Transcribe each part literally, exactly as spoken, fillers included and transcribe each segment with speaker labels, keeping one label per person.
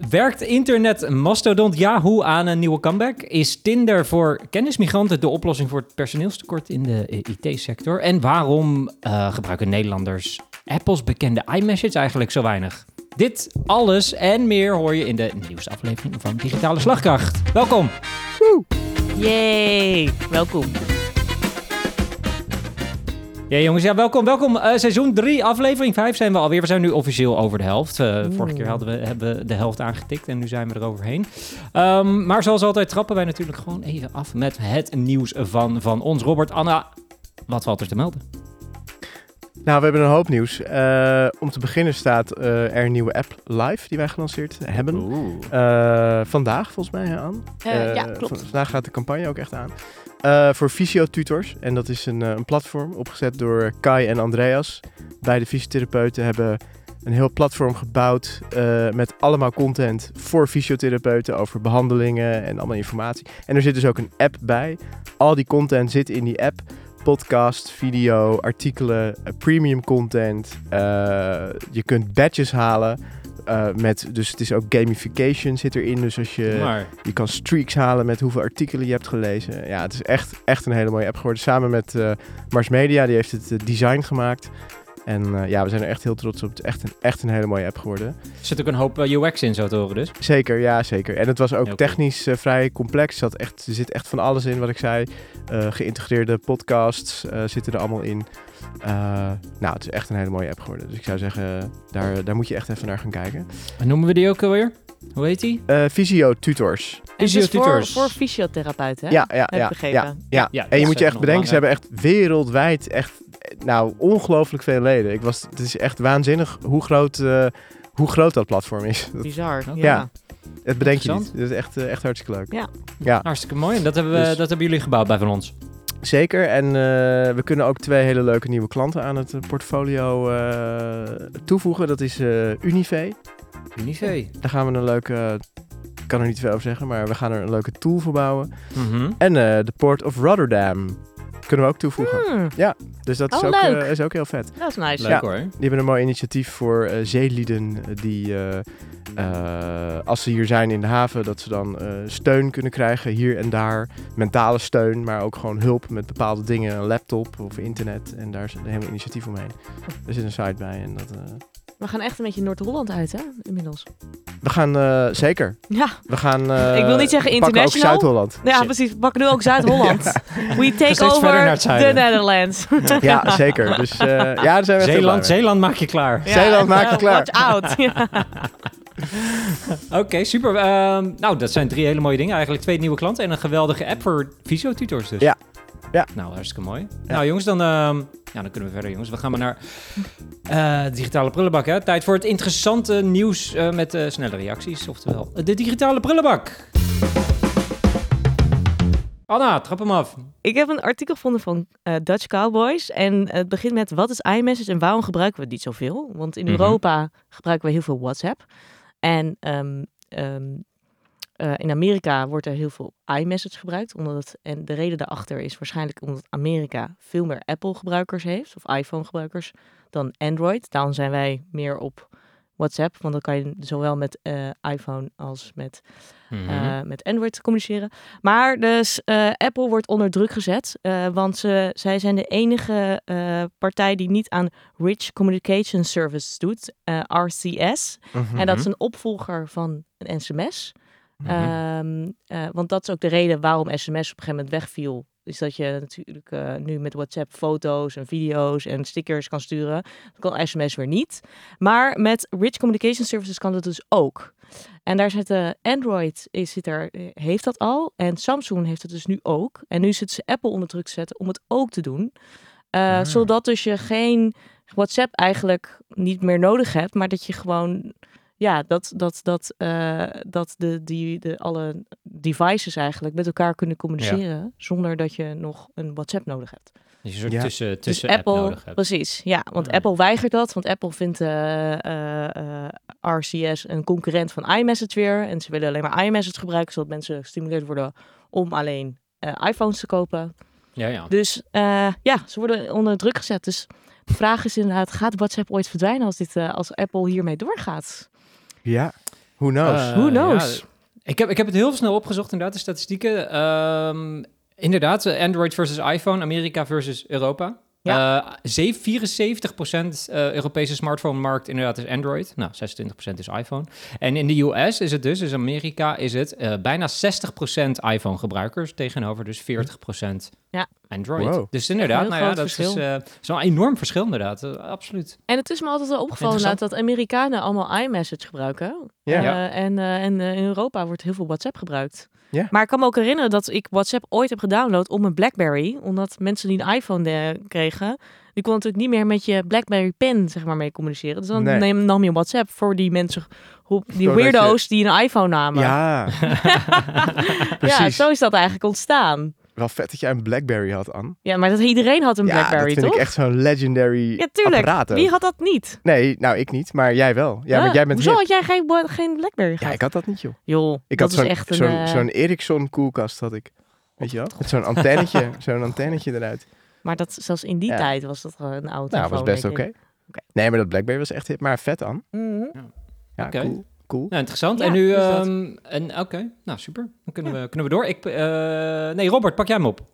Speaker 1: Werkt internetmastodont Yahoo aan een nieuwe comeback? Is Tinder voor kennismigranten de oplossing voor het personeelstekort in de I T-sector? En waarom uh, gebruiken Nederlanders Apple's bekende iMessage eigenlijk zo weinig? Dit, alles en meer hoor je in de nieuwste aflevering van Digitale Slagkracht. Welkom!
Speaker 2: Woe! Yay! Welkom.
Speaker 1: Ja jongens, ja, welkom, welkom. Uh, seizoen drie, aflevering vijf zijn we alweer. We zijn nu officieel over de helft. Uh, vorige keer hadden we, hebben we de helft aangetikt en nu zijn we er overheen. Um, maar zoals altijd trappen wij natuurlijk gewoon even af met het nieuws van, van ons. Robert, Anna, wat valt er te melden?
Speaker 3: Nou, we hebben een hoop nieuws. Uh, om te beginnen staat uh, er een nieuwe app live die wij gelanceerd hebben. Uh, vandaag volgens mij aan.
Speaker 2: Uh, uh, ja, klopt.
Speaker 3: V- vandaag gaat de campagne ook echt aan. Uh, voor fysiotutors. En dat is een, uh, een platform opgezet door Kai en Andreas. Beide fysiotherapeuten hebben een heel platform gebouwd uh, met allemaal content voor fysiotherapeuten over behandelingen en allemaal informatie. En er zit dus ook een app bij. Al die content zit in die app. Podcast, video, artikelen, uh, premium content. Uh, je kunt badges halen. Uh, met, dus het is ook gamification zit erin. Dus als je,
Speaker 1: maar.
Speaker 3: je kan streaks halen met hoeveel artikelen je hebt gelezen. Ja, het is echt, echt een hele mooie app geworden. Samen met uh, Mars Media, die heeft het uh, design gemaakt. En uh, ja, we zijn er echt heel trots op. Het is echt een, echt een hele mooie app geworden.
Speaker 1: Er zit ook een hoop uh, U X in, zo te horen dus.
Speaker 3: Zeker, ja, zeker. En het was ook
Speaker 1: heel
Speaker 3: technisch uh, vrij complex. Er, zat echt, er zit echt van alles in, wat ik zei. Uh, geïntegreerde podcasts uh, zitten er allemaal in. Uh, nou, het is echt een hele mooie app geworden. Dus ik zou zeggen, daar, daar moet je echt even naar gaan kijken.
Speaker 1: En noemen we die ook alweer? Hoe heet die?
Speaker 3: Uh, Fysiotutors.
Speaker 1: Fysiotutors.
Speaker 2: Voor, voor fysiotherapeuten, hè?
Speaker 3: Ja, ja,
Speaker 2: Heb ik
Speaker 3: ja,
Speaker 2: begrepen.
Speaker 3: ja, ja.
Speaker 1: Ja,
Speaker 3: En je moet je echt
Speaker 1: nog
Speaker 3: bedenken, ze
Speaker 1: lang,
Speaker 3: hebben echt wereldwijd echt, nou, ongelooflijk veel leden. Ik was, het is echt waanzinnig hoe groot, uh, hoe groot dat platform is. Dat,
Speaker 2: Bizar,
Speaker 1: Okay.
Speaker 2: ja.
Speaker 3: ja. Het bedenk je niet.
Speaker 1: Interessant.
Speaker 3: Dat is echt, uh, echt hartstikke leuk.
Speaker 2: Ja.
Speaker 3: ja.
Speaker 1: Hartstikke mooi. En dat hebben, we,
Speaker 3: Dus-
Speaker 1: dat hebben jullie gebouwd bij Van Ons.
Speaker 3: Zeker. En uh, we kunnen ook twee hele leuke nieuwe klanten aan het uh, portfolio uh, toevoegen. Dat is uh, Unive.
Speaker 1: Unive.
Speaker 3: Daar gaan we een leuke, ik kan er niet veel over zeggen, maar we gaan er een leuke tool voor bouwen.
Speaker 1: Mm-hmm.
Speaker 3: En uh, de Port of Rotterdam kunnen we ook toevoegen.
Speaker 2: Hmm,
Speaker 3: Dus dat is,
Speaker 2: Oh,
Speaker 3: ook,
Speaker 2: leuk.
Speaker 3: uh, is ook heel vet.
Speaker 2: dat is nice.
Speaker 1: Leuk
Speaker 3: Ja.
Speaker 1: hoor.
Speaker 3: Die hebben een mooi initiatief voor uh, zeelieden die, uh, uh, als ze hier zijn in de haven, dat ze dan uh, steun kunnen krijgen hier en daar. Mentale steun, maar ook gewoon hulp met bepaalde dingen, een laptop of internet. En daar is een heel initiatief omheen. Er zit een site bij. En dat, uh,
Speaker 2: We gaan echt een beetje Noord-Holland uit, hè? Inmiddels.
Speaker 3: we gaan, uh, zeker.
Speaker 2: Ja,
Speaker 3: We gaan, uh,
Speaker 2: Ik wil niet zeggen
Speaker 3: we pakken ook
Speaker 2: international.
Speaker 3: Zuid-Holland.
Speaker 2: ja
Speaker 1: Shit.
Speaker 2: precies. We pakken nu ook Zuid-Holland. We take
Speaker 1: steeds verder
Speaker 2: over
Speaker 1: naar het zuiden.
Speaker 2: the Netherlands.
Speaker 3: Ja, zeker. Dus uh, ja, daar zijn we echt heel blij
Speaker 1: Zeeland,
Speaker 3: mee.
Speaker 1: Zeeland maak je klaar.
Speaker 2: Ja,
Speaker 3: Zeeland maak je klaar.
Speaker 2: Watch out. Ja.
Speaker 1: Oké, okay, super. Um, nou, dat zijn drie hele mooie dingen. Eigenlijk twee nieuwe klanten en een geweldige app voor fysiotutors dus.
Speaker 3: Ja. Ja.
Speaker 1: Nou, hartstikke mooi. Ja. Nou jongens, dan, um, ja, dan kunnen we verder jongens. We gaan maar naar uh, de digitale prullenbak. Hè? Tijd voor het interessante nieuws uh, met uh, snelle reacties. Oftewel, de digitale prullenbak. Anna, trap hem af.
Speaker 2: Ik heb een artikel gevonden van uh, Dutch Cowboys. En het begint met: wat is iMessage en waarom gebruiken we het niet zoveel? Want in
Speaker 1: Mhm.
Speaker 2: Europa gebruiken we heel veel WhatsApp. En um, um, uh, in Amerika wordt er heel veel iMessage gebruikt. Omdat het, en de reden daarachter is waarschijnlijk omdat Amerika veel meer Apple-gebruikers heeft. Of iPhone-gebruikers dan Android. Daarom zijn wij meer op WhatsApp. Want dan kan je zowel met uh, iPhone als met...
Speaker 1: Mhm.
Speaker 2: Uh, met Android communiceren. Maar dus uh, Apple wordt onder druk gezet. Uh, want ze, zij zijn de enige uh, partij die niet aan Rich Communication Service doet. Uh, R C S.
Speaker 3: Mhm.
Speaker 2: En dat is een opvolger van een sms.
Speaker 1: Mhm.
Speaker 2: Um, uh, want dat is ook de reden waarom sms op een gegeven moment wegviel. Is dat je natuurlijk uh, nu met WhatsApp foto's en video's en stickers kan sturen. Dat kan sms weer niet. Maar met Rich Communication Services kan dat dus ook. En daar zit uh, Android is, zit er, heeft dat al. En Samsung heeft het dus nu ook. En nu zit ze Apple onder druk te zetten om het ook te doen. Uh,
Speaker 1: Ah.
Speaker 2: Zodat dus je geen WhatsApp eigenlijk niet meer nodig hebt. Maar dat je gewoon... Ja, dat, dat, dat, uh, dat de, die, de, alle devices eigenlijk met elkaar kunnen communiceren. Ja. Zonder dat je nog een WhatsApp nodig hebt.
Speaker 1: Dus je een soort
Speaker 3: Ja.
Speaker 1: tussen, tussen
Speaker 2: dus
Speaker 1: app
Speaker 2: Apple,
Speaker 1: nodig hebt.
Speaker 2: precies. Ja, want
Speaker 1: Ja.
Speaker 2: Apple weigert dat. Want Apple vindt uh, uh, uh, R C S een concurrent van iMessage weer. En ze willen alleen maar iMessage gebruiken. Zodat mensen gestimuleerd worden om alleen uh, iPhones te kopen.
Speaker 1: Ja, ja.
Speaker 2: Dus uh, ja, ze worden onder druk gezet. Dus de vraag is inderdaad, gaat WhatsApp ooit verdwijnen als, dit, uh, als Apple hiermee doorgaat?
Speaker 3: Ja. Who knows?
Speaker 1: Uh,
Speaker 2: Who knows?
Speaker 1: Ja, ik, heb, ik heb het heel snel opgezocht, inderdaad, de statistieken. Um, inderdaad, Android versus iPhone, Amerika versus Europa. Ja. Uh, vierenzeventig procent uh, Europese smartphone-markt inderdaad is Android. Nou, zesentwintig procent is iPhone. En in de U S is het dus, dus Amerika is het uh, bijna zestig procent iPhone-gebruikers tegenover dus veertig procent
Speaker 2: ja.
Speaker 1: Android.
Speaker 3: Wow.
Speaker 1: Dus inderdaad, nou ja, dat
Speaker 2: verschil.
Speaker 1: is uh, zo'n enorm verschil inderdaad, uh, absoluut.
Speaker 2: En het is me altijd wel opgevallen inderdaad dat Amerikanen allemaal iMessage gebruiken.
Speaker 3: Ja.
Speaker 2: Uh,
Speaker 1: Ja.
Speaker 2: En, uh, en uh, in Europa wordt heel veel WhatsApp gebruikt.
Speaker 3: Ja.
Speaker 2: Maar ik kan me ook herinneren dat ik WhatsApp ooit heb gedownload op mijn BlackBerry. Omdat mensen die een iPhone de- kregen, die konden natuurlijk niet meer met je BlackBerry pen zeg maar, mee communiceren. Dus dan
Speaker 3: Nee.
Speaker 2: neem, nam je WhatsApp voor die mensen, hoe- die
Speaker 3: Zodat
Speaker 2: weirdo's die een iPhone namen.
Speaker 3: Ja,
Speaker 2: ja,
Speaker 3: precies.
Speaker 2: zo is dat eigenlijk ontstaan.
Speaker 3: Wel vet dat jij een BlackBerry had, Anne.
Speaker 2: Ja, maar dat, iedereen had een
Speaker 3: Ja,
Speaker 2: BlackBerry,
Speaker 3: dat vind
Speaker 2: toch?
Speaker 3: ik echt zo'n legendary
Speaker 2: Ja, tuurlijk.
Speaker 3: apparaat ook.
Speaker 2: Wie had dat niet?
Speaker 3: Nee, nou ik niet, maar jij wel. Ja,
Speaker 2: Huh?
Speaker 3: want jij bent
Speaker 2: Hoezo
Speaker 3: hip.
Speaker 2: had jij geen, bo- geen BlackBerry gehad?
Speaker 3: Ja, ik had dat niet, joh.
Speaker 2: Joh,
Speaker 3: Ik
Speaker 2: dat
Speaker 3: had
Speaker 2: is
Speaker 3: zo'n,
Speaker 2: echt een...
Speaker 3: zo'n,
Speaker 2: eh,
Speaker 3: zo'n Ericsson koelkast had ik. Weet je wel? Met zo'n antennetje, zo'n antennetje eruit.
Speaker 2: Maar dat, zelfs in die
Speaker 3: Ja.
Speaker 2: tijd was dat gewoon een auto.
Speaker 3: Nou, was best oké.
Speaker 2: denk ik. Oké.
Speaker 3: Nee, maar dat BlackBerry was echt hip. Maar vet aan.
Speaker 2: Mhm.
Speaker 3: Ja,
Speaker 1: Oké.
Speaker 3: cool. Cool.
Speaker 1: Nou, interessant.
Speaker 2: Ja,
Speaker 1: en nu,
Speaker 2: dus dat.
Speaker 1: um, en oké, okay. Nou super. Dan kunnen, we, kunnen we door. Ik, uh, nee, Robert, pak jij hem op.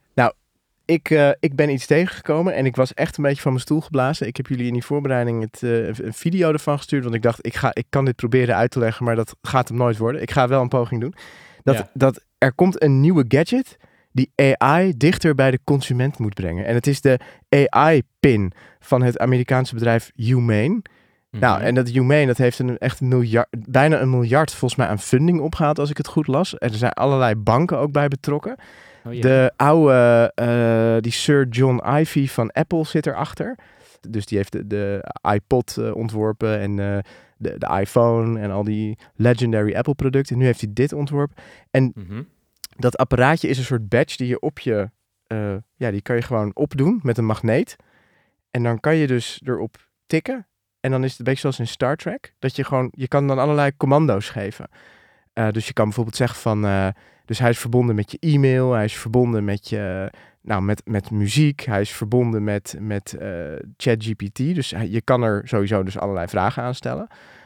Speaker 3: Ik, uh, ik ben iets tegengekomen en ik was echt een beetje van mijn stoel geblazen. Ik heb jullie in die voorbereiding het, uh, een video ervan gestuurd. Want ik dacht, ik, ga, ik kan dit proberen uit te leggen, maar dat gaat hem nooit worden. Ik ga wel een poging doen. Dat,
Speaker 1: Ja.
Speaker 3: dat er komt een nieuwe gadget die A I dichter bij de consument moet brengen. En het is de A I-pin van het Amerikaanse bedrijf Humane. Nou, en dat Humane, dat heeft een echt een miljard, bijna een miljard volgens mij aan funding opgehaald, als ik het goed las. En er zijn allerlei banken ook bij betrokken.
Speaker 1: Oh, ja.
Speaker 3: De oude, uh, die Sir John Ivey van Apple zit erachter. Dus die heeft de, de iPod uh, ontworpen en uh, de, de iPhone en al die legendary Apple producten. Nu heeft hij dit ontworpen. En
Speaker 1: Mm-hmm.
Speaker 3: dat apparaatje is een soort badge die je op je, uh, ja, die kan je gewoon opdoen met een magneet. En dan kan je dus erop tikken. En dan is het een beetje zoals in Star Trek. Dat je gewoon, je kan dan allerlei commando's geven. Uh, dus je kan bijvoorbeeld zeggen van, uh, dus hij is verbonden met je e-mail, hij is verbonden met je, nou met, met muziek, hij is verbonden met, met uh, ChatGPT. Dus hij, je kan er sowieso dus allerlei vragen aan stellen.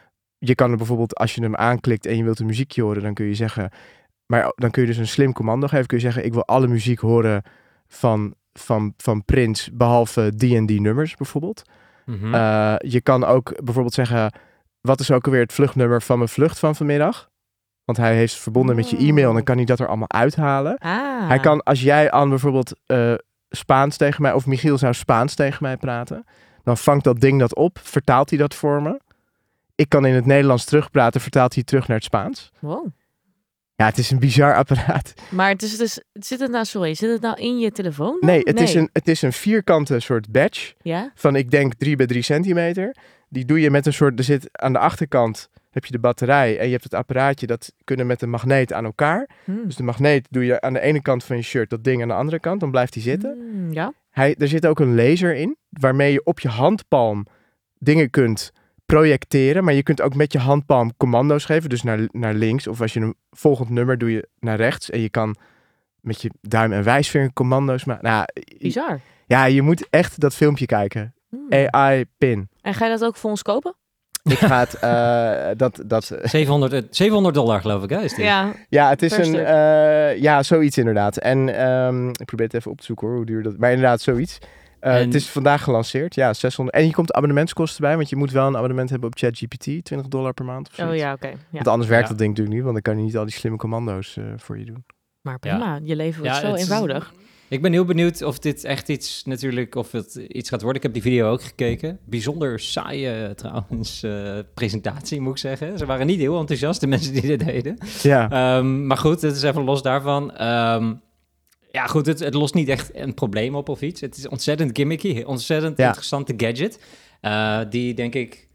Speaker 3: Je kan er bijvoorbeeld, als je hem aanklikt en je wilt een muziekje horen, dan kun je zeggen, maar dan kun je dus een slim commando geven. Kun je zeggen, ik wil alle muziek horen van, van, van Prince, behalve die en die nummers bijvoorbeeld.
Speaker 1: Mm-hmm.
Speaker 3: Uh, je kan ook bijvoorbeeld zeggen, wat is ook alweer het vluchtnummer van mijn vlucht van vanmiddag? Want hij heeft verbonden met je e-mail en dan kan hij dat er allemaal uithalen.
Speaker 2: Ah.
Speaker 3: Hij kan, als jij aan bijvoorbeeld uh, Spaans tegen mij, of Michiel zou Spaans tegen mij praten, dan vangt dat ding dat op, vertaalt hij dat voor me. Ik kan in het Nederlands terugpraten, vertaalt hij terug naar het Spaans.
Speaker 2: Wow.
Speaker 3: Ja, het is een bizar apparaat.
Speaker 2: Maar het is dus, zit het nou, sorry, zit het nou in je telefoon dan?
Speaker 3: Nee, het, Is een, het is een vierkante soort badge
Speaker 2: Ja?
Speaker 3: van, ik denk, drie bij drie centimeter. Die doe je met een soort, er zit aan de achterkant, heb je de batterij en je hebt het apparaatje, dat kunnen met een magneet aan elkaar.
Speaker 2: Hmm.
Speaker 3: Dus de magneet doe je aan de ene kant van je shirt, dat ding aan de andere kant, dan blijft hij zitten.
Speaker 2: Hmm, ja.
Speaker 3: Hij, er zit ook een laser in, waarmee je op je handpalm dingen kunt projecteren, maar je kunt ook met je handpalm commando's geven, dus naar, naar links, of als je een volgend nummer doe je naar rechts en je kan met je duim en wijsvinger commando's maken. Nou,
Speaker 2: Bizar.
Speaker 3: ja, je moet echt dat filmpje kijken.
Speaker 2: Hmm.
Speaker 3: A I-pin.
Speaker 2: En ga je dat ook voor ons kopen?
Speaker 3: Ik ga het, uh, dat, dat,
Speaker 1: zevenhonderd, zevenhonderd dollar geloof ik, hè? Is die?
Speaker 2: Ja.
Speaker 3: ja, het is
Speaker 2: Per
Speaker 3: een,
Speaker 2: stuk.
Speaker 3: uh, ja, zoiets inderdaad. En um, ik probeer het even op te zoeken hoor, hoe duur dat, maar inderdaad zoiets. Uh,
Speaker 1: En-
Speaker 3: Het is vandaag gelanceerd, ja, zeshonderd. En je komt abonnementskosten bij, want je moet wel een abonnement hebben op ChatGPT, twintig dollar per maand of zo.
Speaker 2: Oh ja, oké. Ja.
Speaker 3: Want anders werkt
Speaker 1: Ja.
Speaker 3: dat ding natuurlijk niet, want dan kan je niet al die slimme commando's uh, voor je doen.
Speaker 2: Maar prima, je leven wordt
Speaker 1: Ja,
Speaker 2: zo
Speaker 1: het is-
Speaker 2: eenvoudig.
Speaker 1: Ik ben heel benieuwd of dit echt iets natuurlijk, of het iets gaat worden. Ik heb die video ook gekeken. Bijzonder saaie trouwens uh, presentatie, moet ik zeggen. Ze waren niet heel enthousiast, de mensen die dit deden.
Speaker 3: Ja,
Speaker 1: Um, maar goed, het is even los daarvan. Um, ja, goed, het, het lost niet echt een probleem op of iets. Het is ontzettend gimmicky, ontzettend
Speaker 3: Ja.
Speaker 1: interessante gadget. Uh, die denk ik,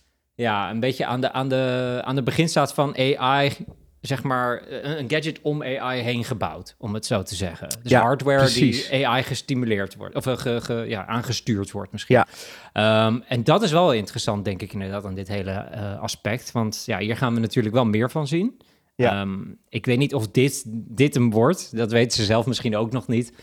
Speaker 1: ja, een beetje aan de, aan de, aan de begin staat van A I, zeg maar, een, een gadget om A I heen gebouwd, om het zo te zeggen. Dus
Speaker 3: Ja,
Speaker 1: hardware
Speaker 3: precies.
Speaker 1: die A I gestimuleerd wordt, of uh, ge, ge, ja, aangestuurd wordt misschien. Ja. Um, en dat is wel interessant, denk ik inderdaad, aan dit hele uh, aspect. Want ja, hier gaan we natuurlijk wel meer van zien.
Speaker 3: Ja.
Speaker 1: Um, ik weet niet of dit, dit hem wordt. Dat weten ze zelf misschien ook nog niet.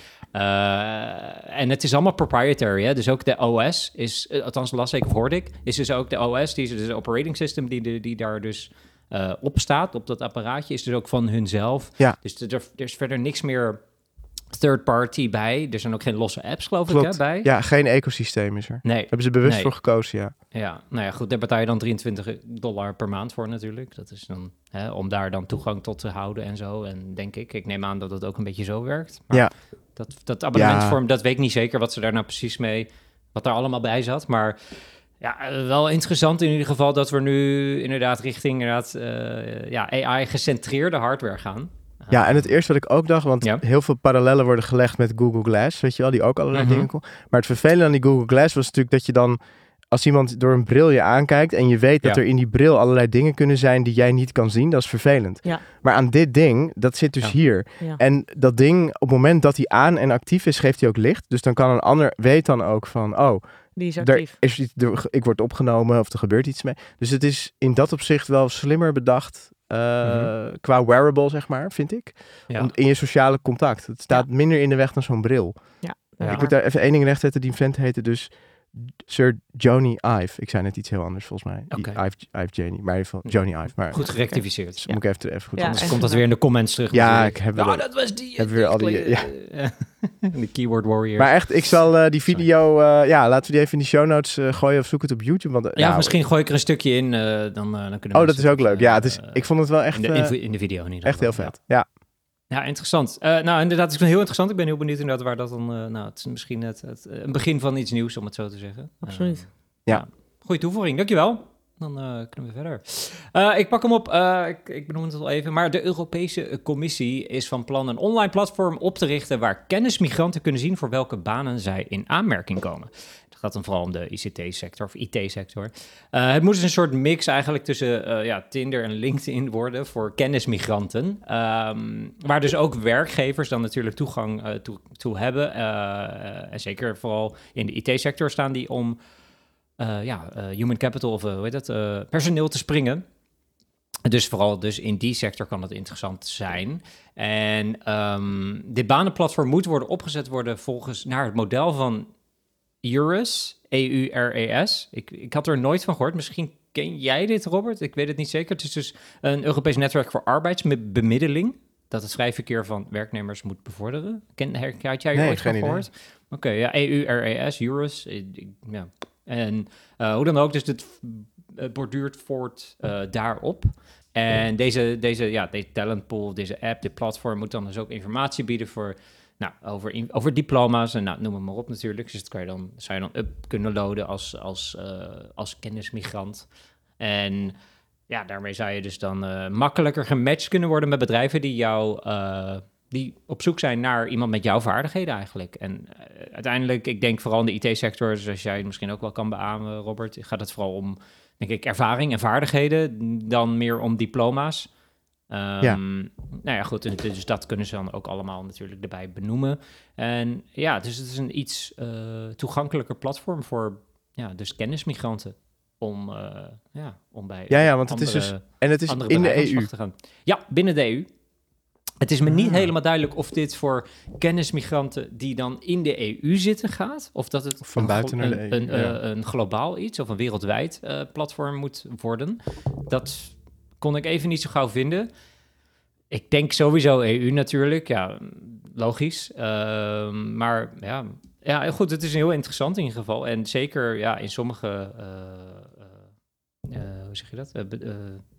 Speaker 1: Uh, en het is allemaal proprietary. Hè? Dus ook de O S is, althans las ik of hoorde ik, is dus ook de O S, die is dus de operating system die, die, die daar dus uh, op staat, op dat apparaatje, is dus ook van hunzelf.
Speaker 3: Ja.
Speaker 1: Dus er, er is verder niks meer third party bij. Er zijn ook geen losse apps, geloof
Speaker 3: Klopt.
Speaker 1: ik, hè, bij.
Speaker 3: Ja, geen ecosysteem is er.
Speaker 1: Nee.
Speaker 3: Hebben ze bewust
Speaker 1: Nee.
Speaker 3: voor gekozen, ja.
Speaker 1: Ja, nou ja, goed, daar betaal je dan drieëntwintig dollar per maand voor natuurlijk. Dat is dan, hè, om daar dan toegang tot te houden en zo. En denk ik, ik neem aan dat het ook een beetje zo werkt. Maar
Speaker 3: Ja.
Speaker 1: dat, dat abonnementsvorm,
Speaker 3: Ja.
Speaker 1: dat weet ik niet zeker wat ze daar nou precies mee, wat daar allemaal bij zat. Maar ja, uh, wel interessant in ieder geval dat we nu inderdaad richting inderdaad, uh, ja, A I-gecentreerde hardware gaan.
Speaker 3: Ja, en het eerste wat ik ook dacht, want
Speaker 1: Ja.
Speaker 3: heel veel parallellen worden gelegd met Google Glass, weet je wel, die ook allerlei
Speaker 1: Mhm.
Speaker 3: dingen kon. Maar het vervelende aan die Google Glass was natuurlijk dat je dan, als iemand door een bril je aankijkt en je weet dat
Speaker 1: Ja.
Speaker 3: er in die bril allerlei dingen kunnen zijn die jij niet kan zien, dat is vervelend.
Speaker 2: Ja.
Speaker 3: Maar aan dit ding, dat zit dus
Speaker 1: Ja.
Speaker 3: hier.
Speaker 2: Ja.
Speaker 3: En dat ding, op het moment dat hij aan en actief is, geeft hij ook licht. Dus dan kan een ander, weet dan ook van, oh,
Speaker 2: Die is
Speaker 3: er
Speaker 2: actief.
Speaker 3: is iets, er- ik word opgenomen of er gebeurt iets mee. Dus het is in dat opzicht wel slimmer bedacht. Uh,
Speaker 1: Mhm.
Speaker 3: Qua wearable, zeg maar, vind ik.
Speaker 1: Ja.
Speaker 3: Om- in je sociale contact. Het staat minder in de weg dan zo'n bril.
Speaker 2: Ja,
Speaker 1: Ja.
Speaker 3: Ik moet daar even één ding rechtzetten. Die vent heette dus Sir Jony Ive. Ik zei net iets heel anders, volgens mij. Die
Speaker 1: Oké.
Speaker 3: Ive, Ive Jany. Maar in ieder geval Jony Ive. Maar
Speaker 1: Goed gerectificeerd.
Speaker 3: dus moet ik even, even goed
Speaker 2: Ja,
Speaker 1: Anders
Speaker 2: echt
Speaker 1: komt dat
Speaker 2: waar.
Speaker 1: weer in de comments terug.
Speaker 3: Ja,
Speaker 1: natuurlijk.
Speaker 3: ik heb
Speaker 1: Nou,
Speaker 3: wel-
Speaker 1: dat was die.
Speaker 3: heb weer al die-
Speaker 1: ja. De keyboard warrior.
Speaker 3: Maar echt, ik zal uh, die video... Uh, ja, laten we die even in de show notes uh, gooien of zoek het op YouTube. Want, uh,
Speaker 1: ja,
Speaker 3: nou,
Speaker 1: misschien gooi ik er een stukje in, uh, dan, uh, dan kunnen
Speaker 3: Oh,
Speaker 1: mensen
Speaker 3: dat is ook
Speaker 1: het,
Speaker 3: leuk. Ja, het is,
Speaker 1: uh,
Speaker 3: ik vond het wel echt,
Speaker 1: in, de,
Speaker 3: uh,
Speaker 1: in, in de video in ieder
Speaker 3: echt heel
Speaker 1: geval,
Speaker 3: vet. Ja.
Speaker 1: Ja, ja interessant. Uh, nou, inderdaad, het is heel interessant. Ik ben heel benieuwd inderdaad waar dat dan... Uh, nou, het is misschien het, het, een begin van iets nieuws, om het zo te zeggen.
Speaker 2: Absoluut.
Speaker 1: Uh,
Speaker 3: Ja.
Speaker 1: ja. Goeie toevoeging, dankjewel. Dan uh, kunnen we verder. Uh, ik pak hem op, uh, ik, ik benoem het al even, maar de Europese Commissie is van plan een online platform op te richten waar kennismigranten kunnen zien voor welke banen zij in aanmerking komen. Het gaat dan vooral om de I C T-sector of I T-sector. Uh, het moet dus een soort mix eigenlijk tussen uh, ja, Tinder en LinkedIn worden voor kennismigranten. Um, waar dus ook werkgevers dan natuurlijk toegang uh, toe, toe hebben. Uh, en zeker vooral in de I T-sector staan die om... Uh, ja, uh, human capital of uh, hoe heet dat, uh, personeel te springen. Dus vooral dus in die sector kan het interessant zijn. En um, dit banenplatform moet worden opgezet worden volgens naar het model van EURES, E U R E S. Ik, ik had er nooit van gehoord. Misschien ken jij dit, Robert? Ik weet het niet zeker. Het is dus een Europees netwerk voor arbeidsbemiddeling dat het vrij verkeer van werknemers moet bevorderen. Ken, had jij er
Speaker 3: Nee,
Speaker 1: ooit van
Speaker 3: geen
Speaker 1: gehoord? Oké, okay, ja, E U R E S, EURES, ja. En uh, hoe dan ook, dus dit uh, borduurt voort uh, daarop. En deze, deze, ja, deze talentpool, deze app, dit platform moet dan dus ook informatie bieden voor, nou, over, in, over diploma's en nou, noem het maar op natuurlijk. Dus dat kan je dan, zou je dan up kunnen loaden als, als, uh, als kennismigrant. En ja, daarmee zou je dus dan uh, makkelijker gematcht kunnen worden met bedrijven die jou... Uh, die op zoek zijn naar iemand met jouw vaardigheden eigenlijk. En uh, uiteindelijk, ik denk vooral in de I T-sector, zoals jij misschien ook wel kan beamen, Robert, gaat het vooral om, denk ik, ervaring en vaardigheden, dan meer om diploma's. Um,
Speaker 3: Ja.
Speaker 1: Nou ja, goed, dus dat kunnen ze dan ook allemaal natuurlijk erbij benoemen. En ja, dus het is een iets uh, toegankelijker platform voor, ja, dus kennismigranten. Om, uh, ja, om bij
Speaker 3: Ja, ja, want het
Speaker 1: andere,
Speaker 3: is dus... En het is
Speaker 1: andere
Speaker 3: in de
Speaker 1: bedrijven aan
Speaker 3: E U.
Speaker 1: slag te gaan. Ja, binnen de E U. Het is me niet
Speaker 3: Ah.
Speaker 1: helemaal duidelijk of dit voor kennismigranten die dan in de E U zitten gaat, of dat het
Speaker 3: Of van
Speaker 1: een
Speaker 3: buiten
Speaker 1: glo-
Speaker 3: naar de
Speaker 1: een,
Speaker 3: E U,
Speaker 1: een,
Speaker 3: ja.
Speaker 1: uh, een globaal iets of een wereldwijd uh, platform moet worden. Dat kon ik even niet zo gauw vinden. Ik denk sowieso E U natuurlijk, ja, logisch. Uh, maar ja, ja, goed, het is heel interessant in ieder geval. En zeker ja, in sommige, uh, uh, uh, hoe zeg je dat? Uh, uh,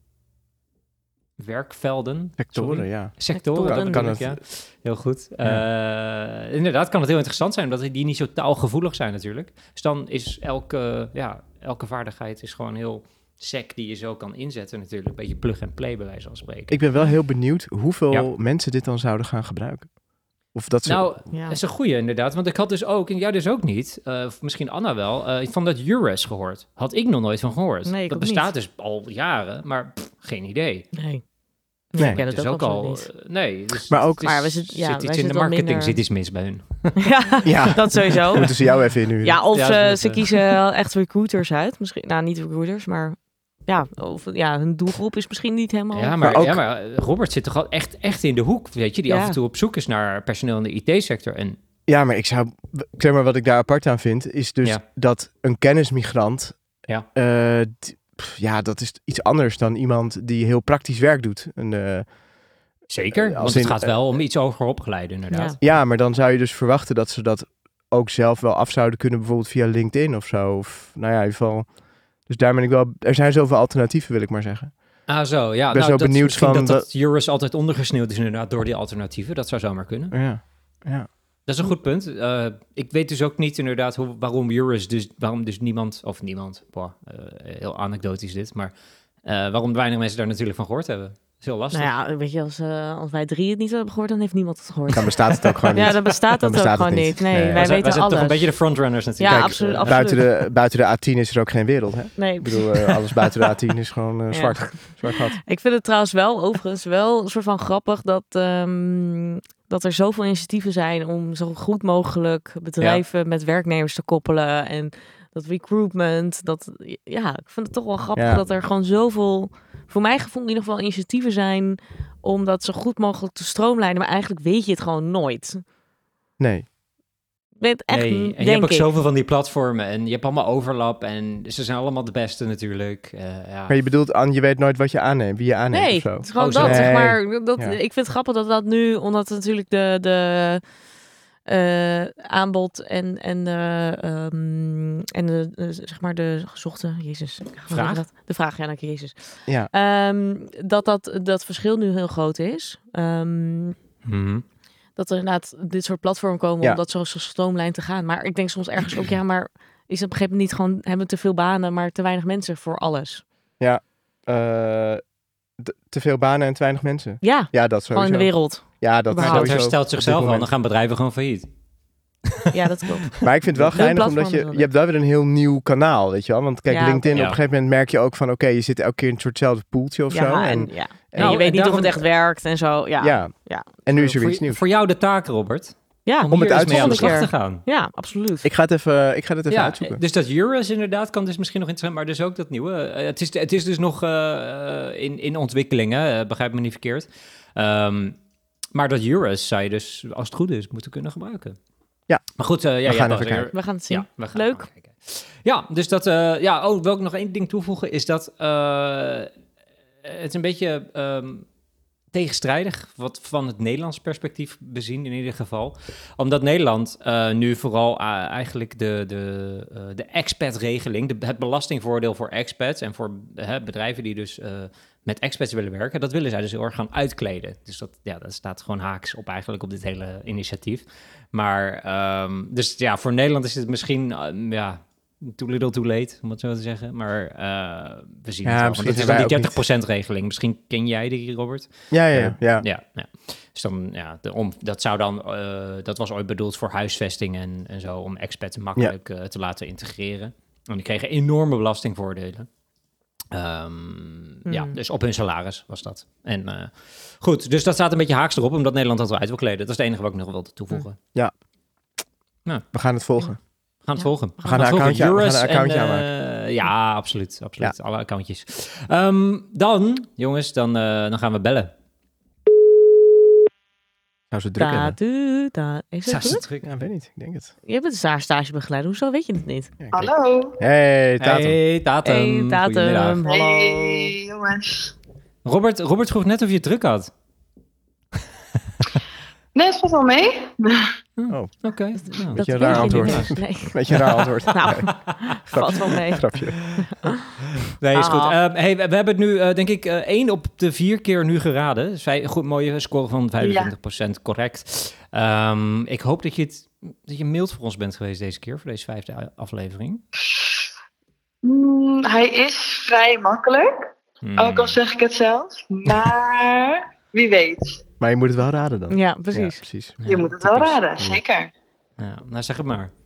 Speaker 1: werkvelden.
Speaker 3: Sectoren,
Speaker 1: sorry.
Speaker 3: ja.
Speaker 1: Sectoren,
Speaker 2: Sectoren.
Speaker 1: dat
Speaker 3: Kan
Speaker 1: bedoel ik,
Speaker 3: het-
Speaker 1: ja. Heel goed.
Speaker 3: Ja.
Speaker 1: Uh, inderdaad kan het heel interessant zijn, omdat die niet zo taalgevoelig zijn natuurlijk. Dus dan is elke, ja, elke vaardigheid is gewoon heel sec die je zo kan inzetten natuurlijk. Een beetje plug and play bij wijze van spreken.
Speaker 3: Ik ben wel heel benieuwd hoeveel
Speaker 1: Ja.
Speaker 3: mensen dit dan zouden gaan gebruiken. Of dat ze...
Speaker 1: Nou,
Speaker 2: Ja.
Speaker 1: dat is een goeie inderdaad. Want ik had dus ook, en jij dus ook niet, uh, of misschien Anna wel, uh, van dat EURES gehoord. Had ik nog nooit van gehoord.
Speaker 2: Nee, ik
Speaker 1: dat
Speaker 2: ook
Speaker 1: bestaat
Speaker 2: niet.
Speaker 1: dus al jaren, maar pff, geen idee.
Speaker 2: Nee.
Speaker 3: Nee.
Speaker 2: Ik ken het
Speaker 1: Dus
Speaker 2: ook,
Speaker 1: ook
Speaker 2: al
Speaker 1: al.
Speaker 2: niet.
Speaker 1: uh, nee, dus
Speaker 3: Maar ook-
Speaker 1: het is-
Speaker 2: Maar we zitten- ja,
Speaker 1: zit
Speaker 2: wij
Speaker 1: iets in de
Speaker 2: zitten wel
Speaker 1: marketing,
Speaker 2: minder-
Speaker 1: zit iets mis bij hun.
Speaker 2: ja,
Speaker 3: Ja.
Speaker 2: dat sowieso.
Speaker 3: Moeten ze jou even inhuren?
Speaker 2: Ja, of
Speaker 1: Ja,
Speaker 2: ze,
Speaker 1: dat,
Speaker 2: ze
Speaker 1: eh,
Speaker 2: kiezen wel echt recruiters uit. Misschien, nou, niet recruiters, maar ja, of, ja, hun doelgroep is misschien niet helemaal...
Speaker 1: Ja, maar,
Speaker 3: Maar ook-
Speaker 1: ja, maar Robert zit toch al echt, echt in de hoek, weet je, die
Speaker 2: Ja.
Speaker 1: af en toe op zoek is naar personeel in de I T-sector. En
Speaker 3: Ja, maar ik zou... Zeg maar, wat ik daar apart aan vind, is dus
Speaker 1: Ja.
Speaker 3: dat een kennismigrant...
Speaker 1: Ja.
Speaker 3: eh, d- pff, ja, dat is iets anders dan iemand die heel praktisch werk doet. En, uh,
Speaker 1: Zeker,
Speaker 3: als
Speaker 1: want
Speaker 3: in,
Speaker 1: het gaat
Speaker 3: uh,
Speaker 1: wel om iets hoger opgeleide inderdaad.
Speaker 2: Ja.
Speaker 3: Ja, maar dan zou je dus verwachten dat ze dat ook zelf wel af zouden kunnen, bijvoorbeeld via LinkedIn of zo. Of, nou ja, in ieder geval. Dus daar ben ik wel. Er zijn zoveel alternatieven, wil ik maar zeggen.
Speaker 1: Ah zo, ja.
Speaker 3: Ik ben
Speaker 1: nou,
Speaker 3: zo
Speaker 1: dat,
Speaker 3: benieuwd
Speaker 1: misschien
Speaker 3: van
Speaker 1: dat dat Eurus altijd ondergesneeuwd is inderdaad door die alternatieven. Dat zou zomaar kunnen.
Speaker 3: Ja, ja.
Speaker 1: Dat is een goed punt. Uh, ik weet dus ook niet inderdaad hoe, waarom Eurus dus, waarom dus niemand, of niemand, boah, uh, heel anekdotisch dit, maar uh, waarom weinig mensen daar natuurlijk van gehoord hebben. Dat is heel lastig.
Speaker 2: Nou ja, weet je, als, uh, als wij drie het niet hebben gehoord, dan heeft niemand het gehoord.
Speaker 3: Dan bestaat het ook gewoon niet.
Speaker 2: Ja, dan bestaat
Speaker 3: Dan
Speaker 2: dat
Speaker 3: bestaat
Speaker 2: ook
Speaker 3: het
Speaker 2: gewoon
Speaker 3: niet.
Speaker 2: niet. Nee,
Speaker 3: Nee.
Speaker 2: wij
Speaker 1: wij zijn,
Speaker 2: weten
Speaker 1: wij zijn
Speaker 2: alles.
Speaker 1: toch een beetje de frontrunners natuurlijk.
Speaker 2: Ja,
Speaker 3: Kijk,
Speaker 2: absoluut,
Speaker 3: uh,
Speaker 2: absoluut.
Speaker 3: buiten, de, buiten de A tien is er ook geen wereld, hè?
Speaker 2: Nee,
Speaker 3: Ik bedoel, uh, alles buiten de A tien is gewoon uh, zwart, ja. zwart gat.
Speaker 2: Ik vind het trouwens wel, overigens, wel een soort van grappig dat, um, dat er zoveel initiatieven zijn om zo goed mogelijk bedrijven ja. met werknemers te koppelen. En dat recruitment, dat, ja, ik vind het toch wel grappig ja. dat er gewoon zoveel, voor mijn gevoel in ieder geval, initiatieven zijn om dat zo goed mogelijk te stroomlijnen. Maar eigenlijk weet je het gewoon nooit.
Speaker 3: Nee.
Speaker 2: Weet echt,
Speaker 1: nee, en je hebt ook ik. zoveel van die platformen en je hebt allemaal overlap en ze zijn allemaal de beste natuurlijk. Uh, ja.
Speaker 3: Maar je bedoelt, aan, je weet nooit wat je aanneemt, wie je aanneemt
Speaker 2: nee,
Speaker 3: of zo?
Speaker 2: Het is gewoon
Speaker 3: oh,
Speaker 2: dat,
Speaker 3: nee.
Speaker 2: zeg maar. Dat,
Speaker 3: ja.
Speaker 2: Ik vind het grappig dat dat nu, omdat het natuurlijk de, de uh, aanbod en, en, uh, um, en de, uh, zeg maar de gezochte, jezus.
Speaker 1: Vraag?
Speaker 2: Dat? De vraag, ja, dank je, jezus.
Speaker 3: Ja.
Speaker 2: Um, dat, dat dat verschil nu heel groot is. Um,
Speaker 1: mm-hmm.
Speaker 2: Dat er inderdaad dit soort platformen komen
Speaker 3: ja.
Speaker 2: om dat zo gestroomlijnd te gaan. Maar ik denk soms ergens ook, ja, maar is het op een gegeven moment niet gewoon, hebben we te veel banen, maar te weinig mensen voor alles?
Speaker 3: Ja, uh, d- te veel banen en te weinig mensen.
Speaker 2: Ja,
Speaker 3: ja dat sowieso.
Speaker 2: Gewoon in de wereld.
Speaker 3: Ja, dat,
Speaker 1: maar dat herstelt zichzelf al, dan gaan bedrijven gewoon failliet.
Speaker 2: Ja, dat klopt.
Speaker 3: Maar ik vind het wel geinig, omdat je, je hebt wel weer een heel nieuw kanaal, weet je wel. Want kijk, ja, LinkedIn, ja. op een gegeven moment merk je ook van, oké, okay, je zit elke keer in een soortzelfde poeltje of
Speaker 2: ja,
Speaker 3: zo.
Speaker 2: En,
Speaker 3: en,
Speaker 2: ja.
Speaker 3: en
Speaker 2: nou, je weet niet
Speaker 1: daarom,
Speaker 2: of het echt werkt en zo. Ja,
Speaker 3: ja.
Speaker 2: ja.
Speaker 3: En nu is er
Speaker 1: voor,
Speaker 3: iets nieuws.
Speaker 1: Voor jou de taak, Robert.
Speaker 2: Ja,
Speaker 1: om,
Speaker 3: om het uit
Speaker 1: mee aan de slag te gaan.
Speaker 2: Ja, absoluut.
Speaker 3: Ik ga het even, ik ga het even
Speaker 1: ja,
Speaker 3: uitzoeken.
Speaker 1: Dus dat Eurus inderdaad kan dus misschien nog interessant, maar dus ook dat nieuwe. Uh, het, is, het is dus nog uh, in, in ontwikkeling, hè? Uh, begrijp me niet verkeerd. Um, maar dat Eurus zou je dus, als het goed is, moeten kunnen gebruiken.
Speaker 3: Ja.
Speaker 1: Maar goed, uh, ja,
Speaker 3: we gaan
Speaker 1: ja,
Speaker 3: even kijken.
Speaker 2: We gaan het zien.
Speaker 1: Ja, we gaan
Speaker 2: Leuk.
Speaker 1: Kijken. Ja, dus dat, uh, ja, oh, wil ik nog één ding toevoegen, is dat uh, het is een beetje um, tegenstrijdig, wat van het Nederlands perspectief bezien in ieder geval. Omdat Nederland uh, nu vooral uh, eigenlijk de, de, uh, de expat-regeling, de, het belastingvoordeel voor expats en voor uh, bedrijven die dus uh, met expats willen werken, dat willen zij dus heel erg gaan uitkleden. Dus dat, ja, dat staat gewoon haaks op eigenlijk op dit hele initiatief. Maar, um, dus ja, voor Nederland is het misschien, uh, ja, too little too late, om het zo te zeggen. Maar uh, we zien ja, het wel. Want het is dan die dertig procent regeling. Misschien ken jij die, Robert?
Speaker 3: Ja, ja, ja. ja.
Speaker 1: ja, ja. Dus dan, ja, de, om, dat zou dan, uh, dat was ooit bedoeld voor huisvesting en, en zo, om expats makkelijk ja. uh, te laten integreren. En die kregen enorme belastingvoordelen. Um, mm. Ja, dus op hun salaris was dat. En uh, goed, dus dat staat een beetje haaks erop, omdat Nederland dat wel uit wil kleden. Dat is het enige wat ik nog wilde toevoegen.
Speaker 3: Ja.
Speaker 1: Nou.
Speaker 3: We gaan het volgen.
Speaker 1: We gaan het
Speaker 2: ja.
Speaker 1: volgen.
Speaker 3: We gaan, we gaan,
Speaker 1: het
Speaker 3: volgen. We gaan een accountje
Speaker 1: en, uh,
Speaker 3: aanmaken.
Speaker 1: Ja, absoluut. absoluut. Ja. Alle accountjes. Um, dan, jongens, dan, uh, dan gaan we bellen.
Speaker 3: Zou ze druk
Speaker 2: da,
Speaker 3: hebben?
Speaker 2: Du, da. Is het druk?
Speaker 3: druk? Ja, weet niet. Ik denk het.
Speaker 2: Je bent een stagebegeleider. Hoezo weet je het niet?
Speaker 3: Ja,
Speaker 4: hallo.
Speaker 3: Hey, Tatum.
Speaker 1: Hey, Tatum.
Speaker 2: Hey, Tatum.
Speaker 4: Hallo. Hey, jongens.
Speaker 1: Robert, Robert vroeg net of je het druk had.
Speaker 4: Nee, het valt wel mee.
Speaker 3: Oh,
Speaker 1: oké. Okay.
Speaker 3: Nou, beetje een raar antwoord.
Speaker 2: Nee.
Speaker 3: Beetje een raar antwoord.
Speaker 2: Nou, valt wel mee.
Speaker 3: Grapje.
Speaker 1: Nee, is goed. Uh, hey, we, we hebben het nu, uh, denk ik, uh, één op de vier keer nu geraden. Dus wij, goed, mooie score van vijfentwintig procent, ja. Correct. Um, ik hoop dat je, het, dat je mild voor ons bent geweest deze keer, voor deze vijfde aflevering.
Speaker 4: Mm, hij is vrij makkelijk. Hmm. Ook al zeg ik het zelf. Maar wie weet.
Speaker 3: Maar je moet het wel raden dan.
Speaker 2: Ja, precies.
Speaker 3: Ja, precies.
Speaker 4: Je ja, moet het typisch. wel raden, zeker.
Speaker 1: Ja, nou, zeg het maar.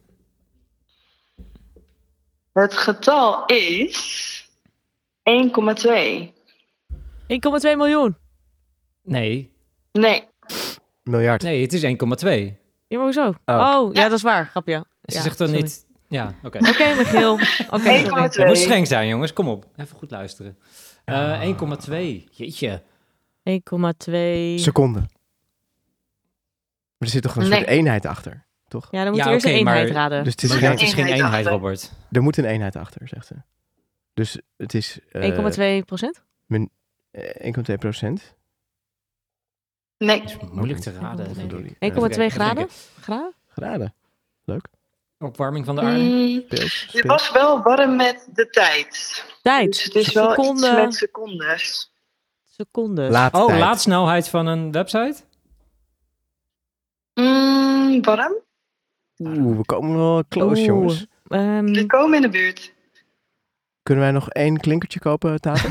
Speaker 4: Het getal is één komma twee.
Speaker 2: één komma twee miljoen?
Speaker 1: Nee.
Speaker 4: Nee.
Speaker 3: Miljard.
Speaker 1: Nee, het is één komma twee.
Speaker 2: Ja, maar hoezo? Oh, oh ja, dat is waar. Grapje.
Speaker 1: Ze
Speaker 2: ja,
Speaker 1: zegt dan
Speaker 2: sorry.
Speaker 1: niet... Ja, oké.
Speaker 2: Oké, okay, Michiel. Okay,
Speaker 4: één komma twee.
Speaker 1: Je moet streng zijn, jongens. Kom op. Even goed luisteren. Uh, één komma twee. Jeetje.
Speaker 2: één komma twee...
Speaker 3: Seconden. Maar er zit toch een nee. soort eenheid achter, toch?
Speaker 2: Ja, dan moet
Speaker 1: ja,
Speaker 2: je eerst
Speaker 1: okay,
Speaker 2: een eenheid
Speaker 1: maar,
Speaker 2: raden.
Speaker 3: Dus het is,
Speaker 1: maar
Speaker 3: geen,
Speaker 1: het is geen eenheid,
Speaker 4: achter.
Speaker 1: Robert.
Speaker 3: Er moet een eenheid achter, zegt ze. Dus het is... Uh,
Speaker 2: één komma twee procent?
Speaker 3: één komma twee procent.
Speaker 4: Nee.
Speaker 1: Dat is moeilijk te raden. denk ik.
Speaker 2: één komma twee
Speaker 1: Even kijken.
Speaker 2: graden? Graden?
Speaker 3: Graden. Leuk.
Speaker 1: Opwarming van de aarde.
Speaker 4: Mm,
Speaker 3: Pils.
Speaker 4: je was wel warm met de tijd.
Speaker 2: Tijd.
Speaker 4: Dus het is wel iets
Speaker 2: Seconde.
Speaker 4: met secondes.
Speaker 2: Secondes.
Speaker 3: Laatste
Speaker 1: Oh,
Speaker 3: tijd.
Speaker 1: laadsnelheid van een website?
Speaker 4: Mm, warm?
Speaker 3: Oeh, we komen wel close,
Speaker 2: Oeh.
Speaker 3: jongens.
Speaker 2: Ehm,
Speaker 4: We komen in de buurt.
Speaker 3: Kunnen wij nog één klinkertje kopen, Tatum?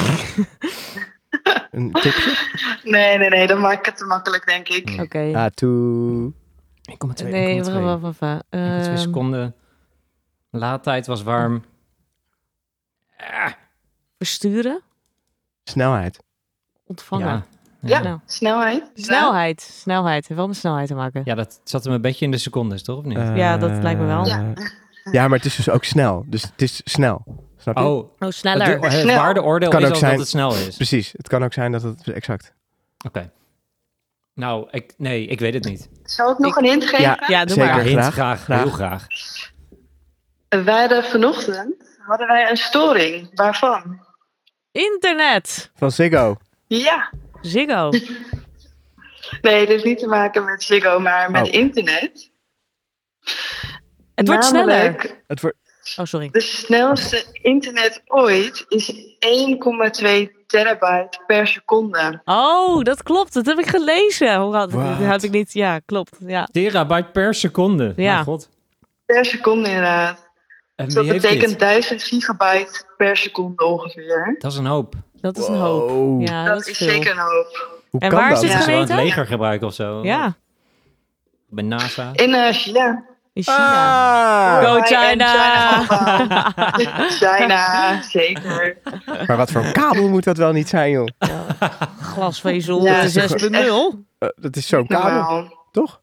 Speaker 3: Een tipje?
Speaker 4: Nee, nee, nee, dan maak ik het te makkelijk, denk ik.
Speaker 1: Mm.
Speaker 2: Oké.
Speaker 3: Tattoo.
Speaker 1: één komma twee.
Speaker 2: Nee,
Speaker 1: één komma twee.
Speaker 2: wacht, wacht, wacht.
Speaker 1: één komma twee
Speaker 2: Ehm,
Speaker 1: seconden. Laadtijd was warm. Ah,
Speaker 2: Versturen?
Speaker 3: Snelheid.
Speaker 2: Ontvangen?
Speaker 1: ja.
Speaker 4: Ja,
Speaker 2: Nou.
Speaker 4: snelheid.
Speaker 2: Snelheid. Snelheid. Heeft wel met snelheid te maken.
Speaker 1: Ja, dat zat hem een beetje in de secondes, toch? Of niet?
Speaker 2: Ja, dat lijkt me wel.
Speaker 3: Ja. ja, maar het is dus ook snel. Dus het is snel. Snap je?
Speaker 1: oh,
Speaker 2: Oh, sneller.
Speaker 1: het, het
Speaker 4: Snel.
Speaker 1: waardeoordeel
Speaker 3: Kan
Speaker 1: is
Speaker 3: ook
Speaker 1: al
Speaker 3: zijn-
Speaker 1: dat het snel is.
Speaker 3: Precies. Het kan ook zijn dat het exact...
Speaker 1: Oké. Nou, ik, nee, ik weet het niet.
Speaker 4: Zal ik nog
Speaker 2: Ik-
Speaker 4: een hint geven?
Speaker 3: Ja.
Speaker 2: Ja, doe
Speaker 3: Zeker.
Speaker 1: Ja,
Speaker 2: maar.
Speaker 1: hint,
Speaker 3: graag,
Speaker 1: graag,
Speaker 3: graag.
Speaker 1: heel graag.
Speaker 4: Wij hadden vanochtend hadden wij een storing. Waarvan?
Speaker 2: Internet.
Speaker 3: Van Ziggo.
Speaker 4: Ja.
Speaker 2: Ziggo.
Speaker 4: Nee, het heeft niet te maken met Ziggo, maar met
Speaker 3: Oh.
Speaker 4: internet.
Speaker 2: Het wordt sneller.
Speaker 4: Namelijk,
Speaker 3: Het wordt...
Speaker 2: Oh, sorry.
Speaker 4: de snelste internet ooit is één komma twee terabyte per seconde.
Speaker 2: Oh, dat klopt. Dat heb ik gelezen. Hoe had,
Speaker 3: Wat?
Speaker 2: dat had ik niet. Ja, klopt. Ja.
Speaker 1: Terabyte per seconde.
Speaker 2: Ja.
Speaker 1: Mijn god.
Speaker 4: Per seconde inderdaad.
Speaker 1: En
Speaker 4: Dus
Speaker 1: wie
Speaker 4: dat
Speaker 1: heeft
Speaker 4: betekent
Speaker 1: dit?
Speaker 4: duizend gigabyte per seconde ongeveer.
Speaker 1: Dat is een hoop.
Speaker 2: Dat is een hoop.
Speaker 3: Wow.
Speaker 2: Ja,
Speaker 4: dat,
Speaker 2: dat,
Speaker 4: is
Speaker 2: veel.
Speaker 4: zeker een hoop.
Speaker 3: Hoe
Speaker 2: En
Speaker 3: kan
Speaker 2: waar
Speaker 3: dat?
Speaker 2: is dit
Speaker 1: Dat ze wel
Speaker 2: gemeten?
Speaker 1: het leger gebruiken of zo.
Speaker 2: Ja,
Speaker 1: Bij NASA.
Speaker 4: In uh, China.
Speaker 2: in China.
Speaker 3: Ah!
Speaker 2: Go
Speaker 4: Wij en
Speaker 2: China!
Speaker 4: China. China, zeker.
Speaker 3: Maar wat voor een kabel moet dat wel niet zijn, joh?
Speaker 2: Glasvezel
Speaker 4: Ja,
Speaker 2: eh,
Speaker 4: het is
Speaker 2: zes punt nul.
Speaker 3: Uh, dat is zo'n kabel,
Speaker 4: Normaal.
Speaker 3: toch?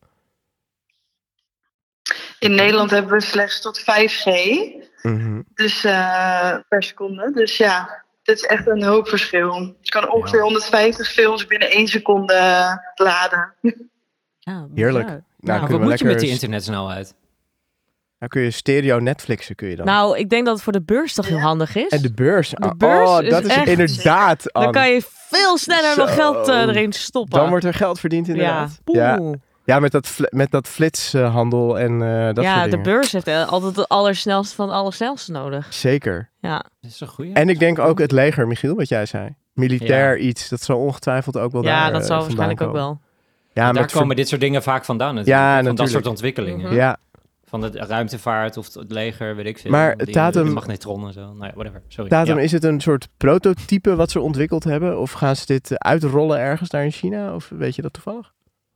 Speaker 4: In Nederland hebben we slechts tot vijf G.
Speaker 3: Mhm.
Speaker 4: Dus uh, per seconde. Dus ja, dit is echt een hoop verschil. Je kan ongeveer
Speaker 1: Ja.
Speaker 4: honderdvijftig films binnen één seconde laden.
Speaker 2: Ja,
Speaker 3: Heerlijk.
Speaker 2: bizar.
Speaker 3: Nou,
Speaker 1: Nou,
Speaker 3: kunnen
Speaker 1: wat
Speaker 3: we
Speaker 1: moet je met die
Speaker 3: lekker...
Speaker 1: internetsnelheid?
Speaker 3: Nou kun je stereo Netflixen, kun je dan.
Speaker 2: Nou, ik denk dat het voor de beurs toch heel handig is.
Speaker 3: En de beurs.
Speaker 2: De
Speaker 3: Oh,
Speaker 2: beurs
Speaker 3: oh,
Speaker 2: is
Speaker 3: dat is
Speaker 2: echt-
Speaker 3: inderdaad,
Speaker 2: Dan
Speaker 3: Ann.
Speaker 2: kan je veel sneller nog
Speaker 3: Zo.
Speaker 2: geld eh, erin stoppen.
Speaker 3: Dan wordt er geld verdiend
Speaker 2: ja.
Speaker 3: inderdaad.
Speaker 2: Poeh.
Speaker 3: Ja,
Speaker 2: Ja,
Speaker 3: ja met, dat fl- met dat flitshandel en eh dat soort
Speaker 2: de
Speaker 3: dingen.
Speaker 2: beurs heeft eh, altijd het allersnelste van het allersnelste nodig.
Speaker 3: Zeker.
Speaker 2: Ja.
Speaker 1: Dat is een goeie.
Speaker 3: En ik denk ook het leger, Michiel, wat jij zei. Militair iets, dat zal ongetwijfeld ook wel daar
Speaker 2: Ja, dat
Speaker 3: eh,
Speaker 2: zou
Speaker 3: vandaan
Speaker 2: waarschijnlijk ook
Speaker 3: komen.
Speaker 2: wel.
Speaker 3: Ja,
Speaker 1: daar
Speaker 3: met
Speaker 1: komen dit soort dingen vaak vandaan natuurlijk.
Speaker 3: Ja,
Speaker 1: van dat
Speaker 3: natuurlijk.
Speaker 1: soort ontwikkelingen.
Speaker 2: Mhm.
Speaker 3: Ja,
Speaker 1: Van de ruimtevaart of het leger, weet ik veel.
Speaker 3: Maar
Speaker 1: Die,
Speaker 3: Tatum-
Speaker 1: de magnetronnen en zo. Nou ja, whatever. Sorry.
Speaker 3: Tatum,
Speaker 1: Ja.
Speaker 3: is het een soort prototype wat ze ontwikkeld hebben? Of gaan ze dit eh, uitrollen ergens daar in China? Of weet je dat toevallig?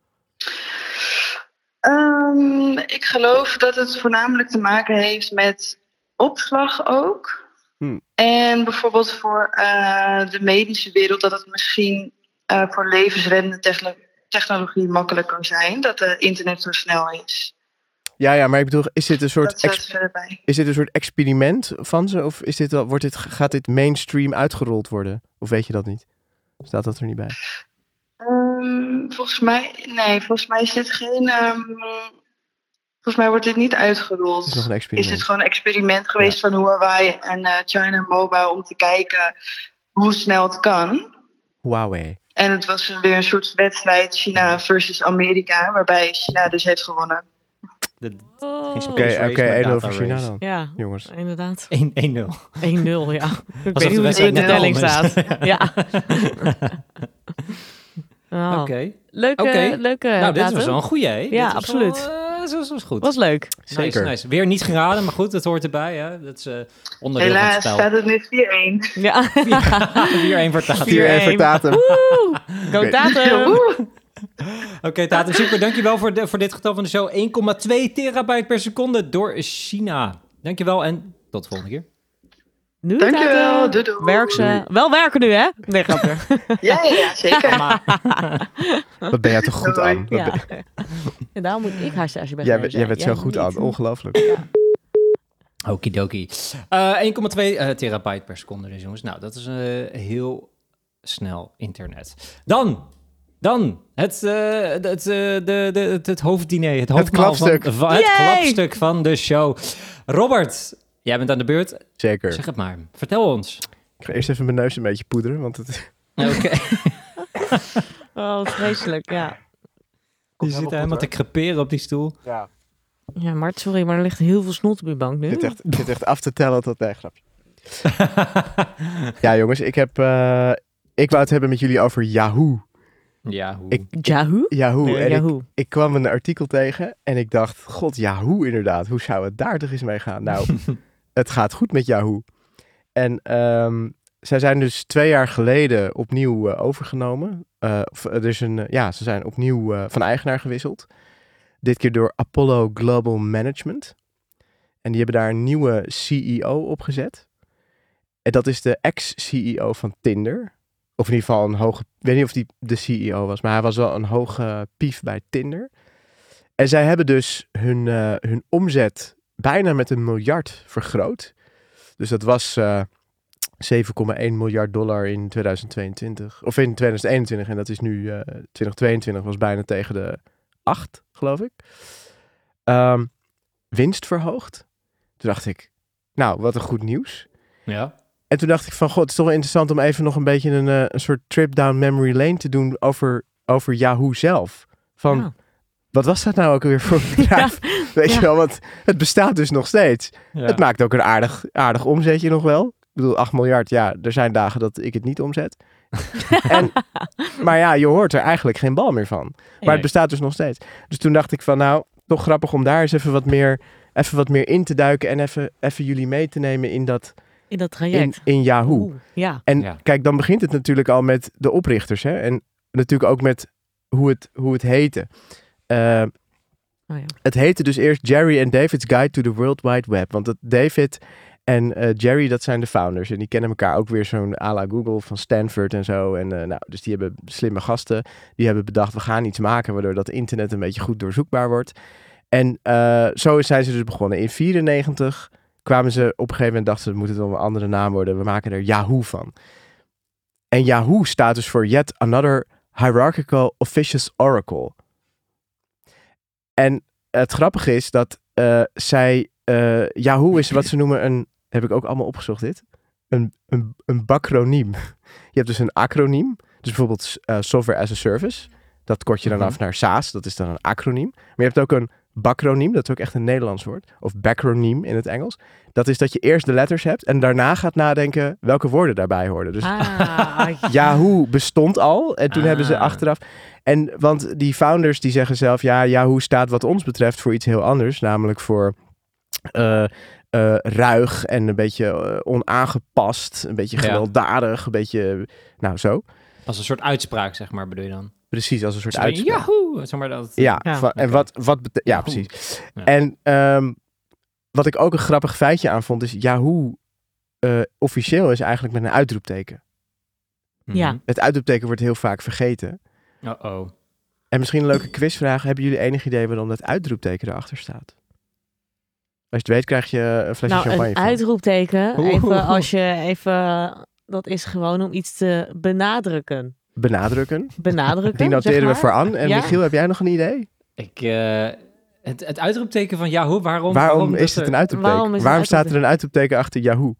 Speaker 4: Um, ik geloof dat het voornamelijk te maken heeft met opslag ook.
Speaker 3: Hmm.
Speaker 4: En bijvoorbeeld voor uh, de medische wereld dat het misschien uh, voor levensreddende techno- technologie makkelijk kan zijn. Dat de internet zo snel is.
Speaker 3: Ja, ja, maar ik bedoel, is dit een
Speaker 4: Dat
Speaker 3: soort,
Speaker 4: staat
Speaker 3: ex-
Speaker 4: verder bij.
Speaker 3: is dit een soort experiment van ze? Of is dit wel, wordt dit, gaat dit mainstream uitgerold worden? Of weet je dat niet? Staat dat er niet bij?
Speaker 4: Um, volgens mij, nee, volgens mij is dit geen. Um, volgens mij wordt dit niet uitgerold.
Speaker 3: Het is nog een
Speaker 4: Is
Speaker 3: experiment.
Speaker 4: het gewoon een experiment geweest van Huawei en uh, China Mobile om te kijken hoe snel het kan.
Speaker 3: Huawei.
Speaker 4: En het was weer een soort wedstrijd China versus Amerika, waarbij China dus heeft gewonnen.
Speaker 1: De,
Speaker 2: Oh.
Speaker 1: Geen
Speaker 3: Oké,
Speaker 1: race,
Speaker 3: oké,
Speaker 1: maar
Speaker 3: één nul
Speaker 1: data
Speaker 3: voor China
Speaker 1: race.
Speaker 3: dan,
Speaker 2: Ja,
Speaker 3: jongens.
Speaker 2: inderdaad.
Speaker 1: één nul.
Speaker 2: één nul, ja. Ik
Speaker 1: Alsof
Speaker 2: weet niet hoe het
Speaker 1: wedstrijd
Speaker 2: in de
Speaker 4: net
Speaker 2: telling
Speaker 1: begonnen is.
Speaker 2: staat. Ja. Oh.
Speaker 1: Oké.
Speaker 2: Leuke,
Speaker 1: Oké.
Speaker 2: leuke
Speaker 1: Nou, dit
Speaker 2: datum.
Speaker 1: was wel een goeie, hè?
Speaker 2: Ja,
Speaker 1: Dit was
Speaker 2: absoluut.
Speaker 1: Wel, uh, zo was goed.
Speaker 2: Was leuk.
Speaker 1: Nice,
Speaker 3: Zeker.
Speaker 1: nice. Weer niet geraden, maar goed, dat hoort erbij. Hè? Dat is uh, onderdeel
Speaker 4: Helaas
Speaker 1: van
Speaker 4: staat
Speaker 1: het
Speaker 4: het nu vier één.
Speaker 2: Ja.
Speaker 1: spel. vier één voor Tatum.
Speaker 3: vier één voor Tatum.
Speaker 2: Woe! Go
Speaker 3: Oké.
Speaker 2: datum!
Speaker 1: Oké, okay, Tatum, super. Dankjewel voor, de, voor dit getal van de show. één komma twee terabyte per seconde door China. Dankjewel en tot de volgende keer.
Speaker 2: Nu
Speaker 4: Dankjewel,
Speaker 2: datum.
Speaker 4: doei doei.
Speaker 2: Werk ze. Wel werken nu, hè? Nee, grapje.
Speaker 4: Ja, ja, ja, zeker.
Speaker 3: Wat ben jij toch goed
Speaker 4: Doei.
Speaker 3: aan? Wat
Speaker 2: Ja.
Speaker 3: ben-
Speaker 2: En daarom moet ik haar stage bij
Speaker 3: Jij,
Speaker 2: zijn.
Speaker 3: bent- jij bent zo goed
Speaker 2: niet.
Speaker 3: aan, ongelooflijk.
Speaker 1: Okidoki. Uh, één komma twee uh, terabyte per seconde dus, jongens. Nou, dat is uh, heel snel internet. Dan, dan het, uh, het, uh, de, de, het, het hoofddiner, het hoofdmaal
Speaker 3: klapstuk.
Speaker 1: van, van het
Speaker 2: Yay!
Speaker 1: klapstuk van de show. Robert, Jij bent aan de beurt.
Speaker 3: Zeker.
Speaker 1: Zeg het maar. Vertel ons.
Speaker 3: Ik ga eerst even mijn neus een beetje poederen, want het...
Speaker 1: Oké.
Speaker 2: Oh, wat vreselijk, ja.
Speaker 1: Je zit helemaal te creperen op die stoel.
Speaker 3: Ja.
Speaker 2: Ja, Mart, sorry, maar er ligt heel veel snot op je bank nu.
Speaker 3: Ik zit echt, ik zit echt af te tellen tot... Nee, grapje. Ja, jongens, ik heb... Uh, ik wou het hebben met jullie over Yahoo.
Speaker 1: Ja, hoe?
Speaker 2: Ik, Yahoo?
Speaker 3: Yahoo.
Speaker 2: Nee,
Speaker 3: en
Speaker 2: Yahoo.
Speaker 3: Ik, ik kwam een artikel tegen en ik dacht... God, Yahoo inderdaad. Hoe zou het daar toch eens mee gaan? Nou, het gaat goed met Yahoo. En um, zij zijn dus twee jaar geleden opnieuw uh, overgenomen. Uh, of, er is een, uh, ja, ze zijn opnieuw uh, van eigenaar gewisseld. Dit keer door Apollo Global Management. En die hebben daar een nieuwe C E O opgezet. En dat is de ex-C E O van Tinder. Of in ieder geval een hoge... Ik weet niet of die de C E O was, maar hij was wel een hoge pief bij Tinder. En zij hebben dus hun, uh, hun omzet bijna met een miljard vergroot. Dus dat was uh, zeven komma één miljard dollar in tweeduizend tweeëntwintig. Of in tweeduizend eenentwintig. En dat is nu uh, tweeduizend tweeëntwintig was bijna tegen de acht, geloof ik. Um, winst verhoogd. Toen dacht ik, nou, wat een goed nieuws.
Speaker 1: Ja.
Speaker 3: En toen dacht ik van, god, het is toch wel interessant om even nog een beetje een, uh, een soort trip down memory lane te doen over, over Yahoo zelf. Van,
Speaker 2: Ja.
Speaker 3: wat was dat nou ook weer voor een bedrijf? Ja. Weet
Speaker 2: Ja.
Speaker 3: je wel, want het bestaat dus nog steeds.
Speaker 1: Ja.
Speaker 3: Het maakt ook een aardig, aardig omzetje nog wel. Ik bedoel, acht miljard, ja, er zijn dagen dat ik het niet omzet. en, maar ja, je hoort er eigenlijk geen bal meer van. Maar
Speaker 1: Nee.
Speaker 3: het bestaat dus nog steeds. Dus toen dacht ik van, nou, toch grappig om daar eens even wat meer, even wat meer in te duiken en even, even jullie mee te nemen in dat...
Speaker 2: In dat
Speaker 3: In,
Speaker 2: traject.
Speaker 3: in Yahoo.
Speaker 2: Oeh, ja.
Speaker 3: En
Speaker 1: Ja.
Speaker 3: kijk, dan begint het natuurlijk al met de oprichters. Hè? En natuurlijk ook met hoe het, hoe het heette. Uh,
Speaker 2: Oh, ja.
Speaker 3: Het heette dus eerst Jerry and David's Guide to the World Wide Web. Want dat David en uh, Jerry, dat zijn de founders. En die kennen elkaar ook weer zo'n à la Google van Stanford en zo. En uh, nou, dus die hebben slimme gasten. Die hebben bedacht, we gaan iets maken waardoor dat internet een beetje goed doorzoekbaar wordt. En uh, zo zijn ze dus begonnen. In negentien vierennegentig kwamen ze op een gegeven moment, dachten ze, het moet het wel een andere naam worden. We maken er Yahoo van. En Yahoo staat dus voor Yet Another Hierarchical Officious Oracle. En het grappige is dat uh, zij... Uh, Yahoo is wat ze noemen een... Heb ik ook allemaal opgezocht dit? Een, een, een bacroniem. Je hebt dus een acroniem. Dus bijvoorbeeld uh, Software as a Service. Dat kort je dan
Speaker 1: Mm-hmm.
Speaker 3: af naar SaaS. Dat is dan een acroniem. Maar je hebt ook een bacroniem. Dat is ook echt een Nederlands woord. Of bacroniem in het Engels. Dat is dat je eerst de letters hebt. En daarna gaat nadenken welke woorden daarbij horen. Dus
Speaker 2: Ah,
Speaker 3: Yahoo bestond al. En toen
Speaker 1: Ah.
Speaker 3: hebben ze achteraf... En want die founders die zeggen zelf... Ja, Yahoo staat wat ons betreft voor iets heel anders. Namelijk voor uh, uh, ruig en een beetje uh, onaangepast. Een beetje
Speaker 1: Ja.
Speaker 3: gewelddadig. Een beetje... Nou, zo.
Speaker 1: Als een soort uitspraak, zeg maar, bedoel je dan?
Speaker 3: Precies, als een soort
Speaker 1: Zo van,
Speaker 3: uitspraak.
Speaker 1: Yahoo! Zeg maar dat.
Speaker 3: Ja,
Speaker 2: Ja.
Speaker 3: van- en
Speaker 1: Oké.
Speaker 3: wat, wat bete- Ja,
Speaker 1: Yahoo.
Speaker 3: precies.
Speaker 1: Ja.
Speaker 3: En um, wat ik ook een grappig feitje aan vond... is Yahoo uh, officieel is eigenlijk met een uitroepteken.
Speaker 1: Mhm.
Speaker 2: Ja.
Speaker 3: Het uitroepteken wordt heel vaak vergeten.
Speaker 1: Uh-oh.
Speaker 3: En misschien een leuke quizvraag. Hebben jullie enig idee waarom dat uitroepteken erachter staat? Als je het weet, krijg je een flesje
Speaker 2: nou,
Speaker 3: champagne
Speaker 2: een
Speaker 3: van.
Speaker 2: uitroepteken.
Speaker 1: Oeh.
Speaker 2: Even als je even... Dat is gewoon om iets te benadrukken.
Speaker 3: Benadrukken.
Speaker 2: Benadrukken,
Speaker 3: Die noteren
Speaker 2: zeg
Speaker 3: we
Speaker 2: maar.
Speaker 3: voor Anne. En
Speaker 2: Ja.
Speaker 3: Michiel, heb jij nog een idee?
Speaker 1: Ik, uh, het, het uitroepteken van Yahoo, waarom?
Speaker 3: Waarom
Speaker 1: dat
Speaker 3: is het
Speaker 1: er-
Speaker 3: een uitroepteken?
Speaker 2: Waarom
Speaker 3: Waarom,
Speaker 2: is het een
Speaker 3: staat er een uitroepteken achter Yahoo?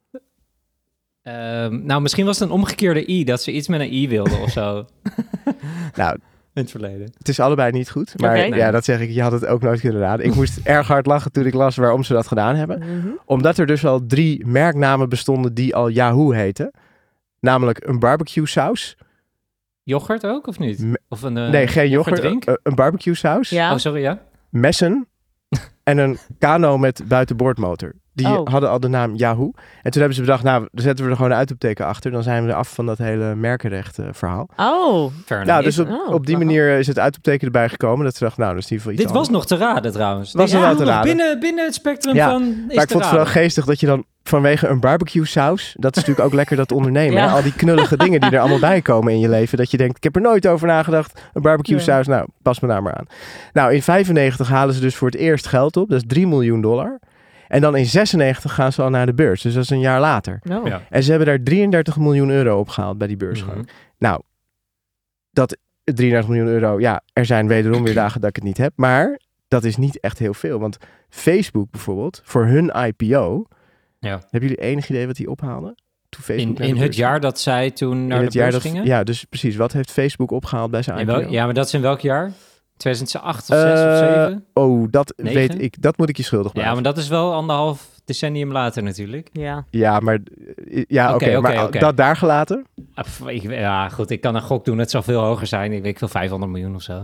Speaker 1: Ehm, nou, misschien was het een omgekeerde i, dat ze iets met een i wilden of zo.
Speaker 3: Nou,
Speaker 1: In het verleden.
Speaker 3: het is allebei niet goed. Maar
Speaker 2: Oké.
Speaker 3: ja, dat zeg ik. Je had het ook nooit kunnen raden. Ik moest erg hard lachen toen ik las waarom ze dat gedaan hebben.
Speaker 2: Mhm.
Speaker 3: Omdat er dus al drie merknamen bestonden die al Yahoo heten. Namelijk een barbecue saus.
Speaker 1: Yoghurt ook, of niet?
Speaker 3: Me-
Speaker 1: Of een, uh,
Speaker 3: nee, geen yoghurt.
Speaker 1: drink?
Speaker 3: Een, een barbecue saus.
Speaker 2: Ja.
Speaker 1: Oh, sorry, ja?
Speaker 3: Messen. En een kano met buitenboordmotor. Die
Speaker 2: Oh.
Speaker 3: hadden al de naam Yahoo. En toen hebben ze bedacht, nou, dan zetten we er gewoon een uitroepteken achter. Dan zijn we er af van dat hele merkenrecht uh, verhaal.
Speaker 2: Oh,
Speaker 1: Fair
Speaker 3: Nou,
Speaker 1: enough.
Speaker 3: dus op,
Speaker 2: Oh,
Speaker 3: op die
Speaker 2: aha.
Speaker 3: manier is het uitroepteken erbij gekomen. Dat ze dachten, nou, dat is in ieder geval iets
Speaker 1: Dit was
Speaker 3: anders.
Speaker 1: nog te raden trouwens.
Speaker 3: Was
Speaker 1: Dit
Speaker 3: nog
Speaker 1: is
Speaker 3: wel te
Speaker 1: nog
Speaker 3: raden.
Speaker 1: Binnen, binnen het spectrum
Speaker 3: Ja,
Speaker 1: van is
Speaker 3: Maar ik
Speaker 1: te
Speaker 3: vond het
Speaker 1: raden.
Speaker 3: vooral geestig dat je dan vanwege een barbecue saus... Dat is natuurlijk ook lekker dat ondernemen.
Speaker 2: Ja.
Speaker 3: Hè? Al die knullige dingen die er allemaal bij komen in je leven. Dat je denkt, ik heb er nooit over nagedacht. Een barbecue
Speaker 2: Ja.
Speaker 3: saus, nou, pas me daar maar aan. Nou, in vijfennegentig halen ze dus voor het eerst geld op. Dat is drie miljoen dollar. En dan in zesennegentig gaan ze al naar de beurs. Dus dat is een jaar later.
Speaker 2: no.
Speaker 1: Ja.
Speaker 3: En ze hebben daar drieëndertig miljoen euro opgehaald bij die beursgang.
Speaker 1: Mhm.
Speaker 3: Nou, dat drieëndertig miljoen euro, ja, er zijn wederom weer dagen dat ik het niet heb. Maar dat is niet echt heel veel. Want Facebook bijvoorbeeld, voor hun I P O,
Speaker 1: Ja.
Speaker 3: Hebben jullie enig idee wat die ophaalden? Toen Facebook
Speaker 1: In,
Speaker 3: naar de
Speaker 1: in het
Speaker 3: beurs
Speaker 1: jaar
Speaker 3: ging?
Speaker 1: dat zij toen naar
Speaker 3: In het
Speaker 1: de
Speaker 3: jaar
Speaker 1: beurs
Speaker 3: dat,
Speaker 1: gingen?
Speaker 3: Ja, dus precies. Wat heeft Facebook opgehaald bij zijn
Speaker 1: In
Speaker 3: I P O?
Speaker 1: wel, ja, maar dat is in welk jaar? tweeduizend acht of zes of
Speaker 3: Eh,
Speaker 1: zeven?
Speaker 3: Oh, dat
Speaker 1: Negen?
Speaker 3: weet ik. Dat moet ik je schuldig
Speaker 1: Ja,
Speaker 3: blijven.
Speaker 1: maar dat is wel anderhalf decennium later natuurlijk.
Speaker 2: Ja.
Speaker 3: Ja, maar, ja, oké,
Speaker 1: Oké, oké,
Speaker 3: maar
Speaker 1: oké.
Speaker 3: dat daar gelaten.
Speaker 1: Ah, pff, ik, ja, goed, ik kan een gok doen. Het zal veel hoger zijn. Ik weet ik veel vijfhonderd miljoen of zo.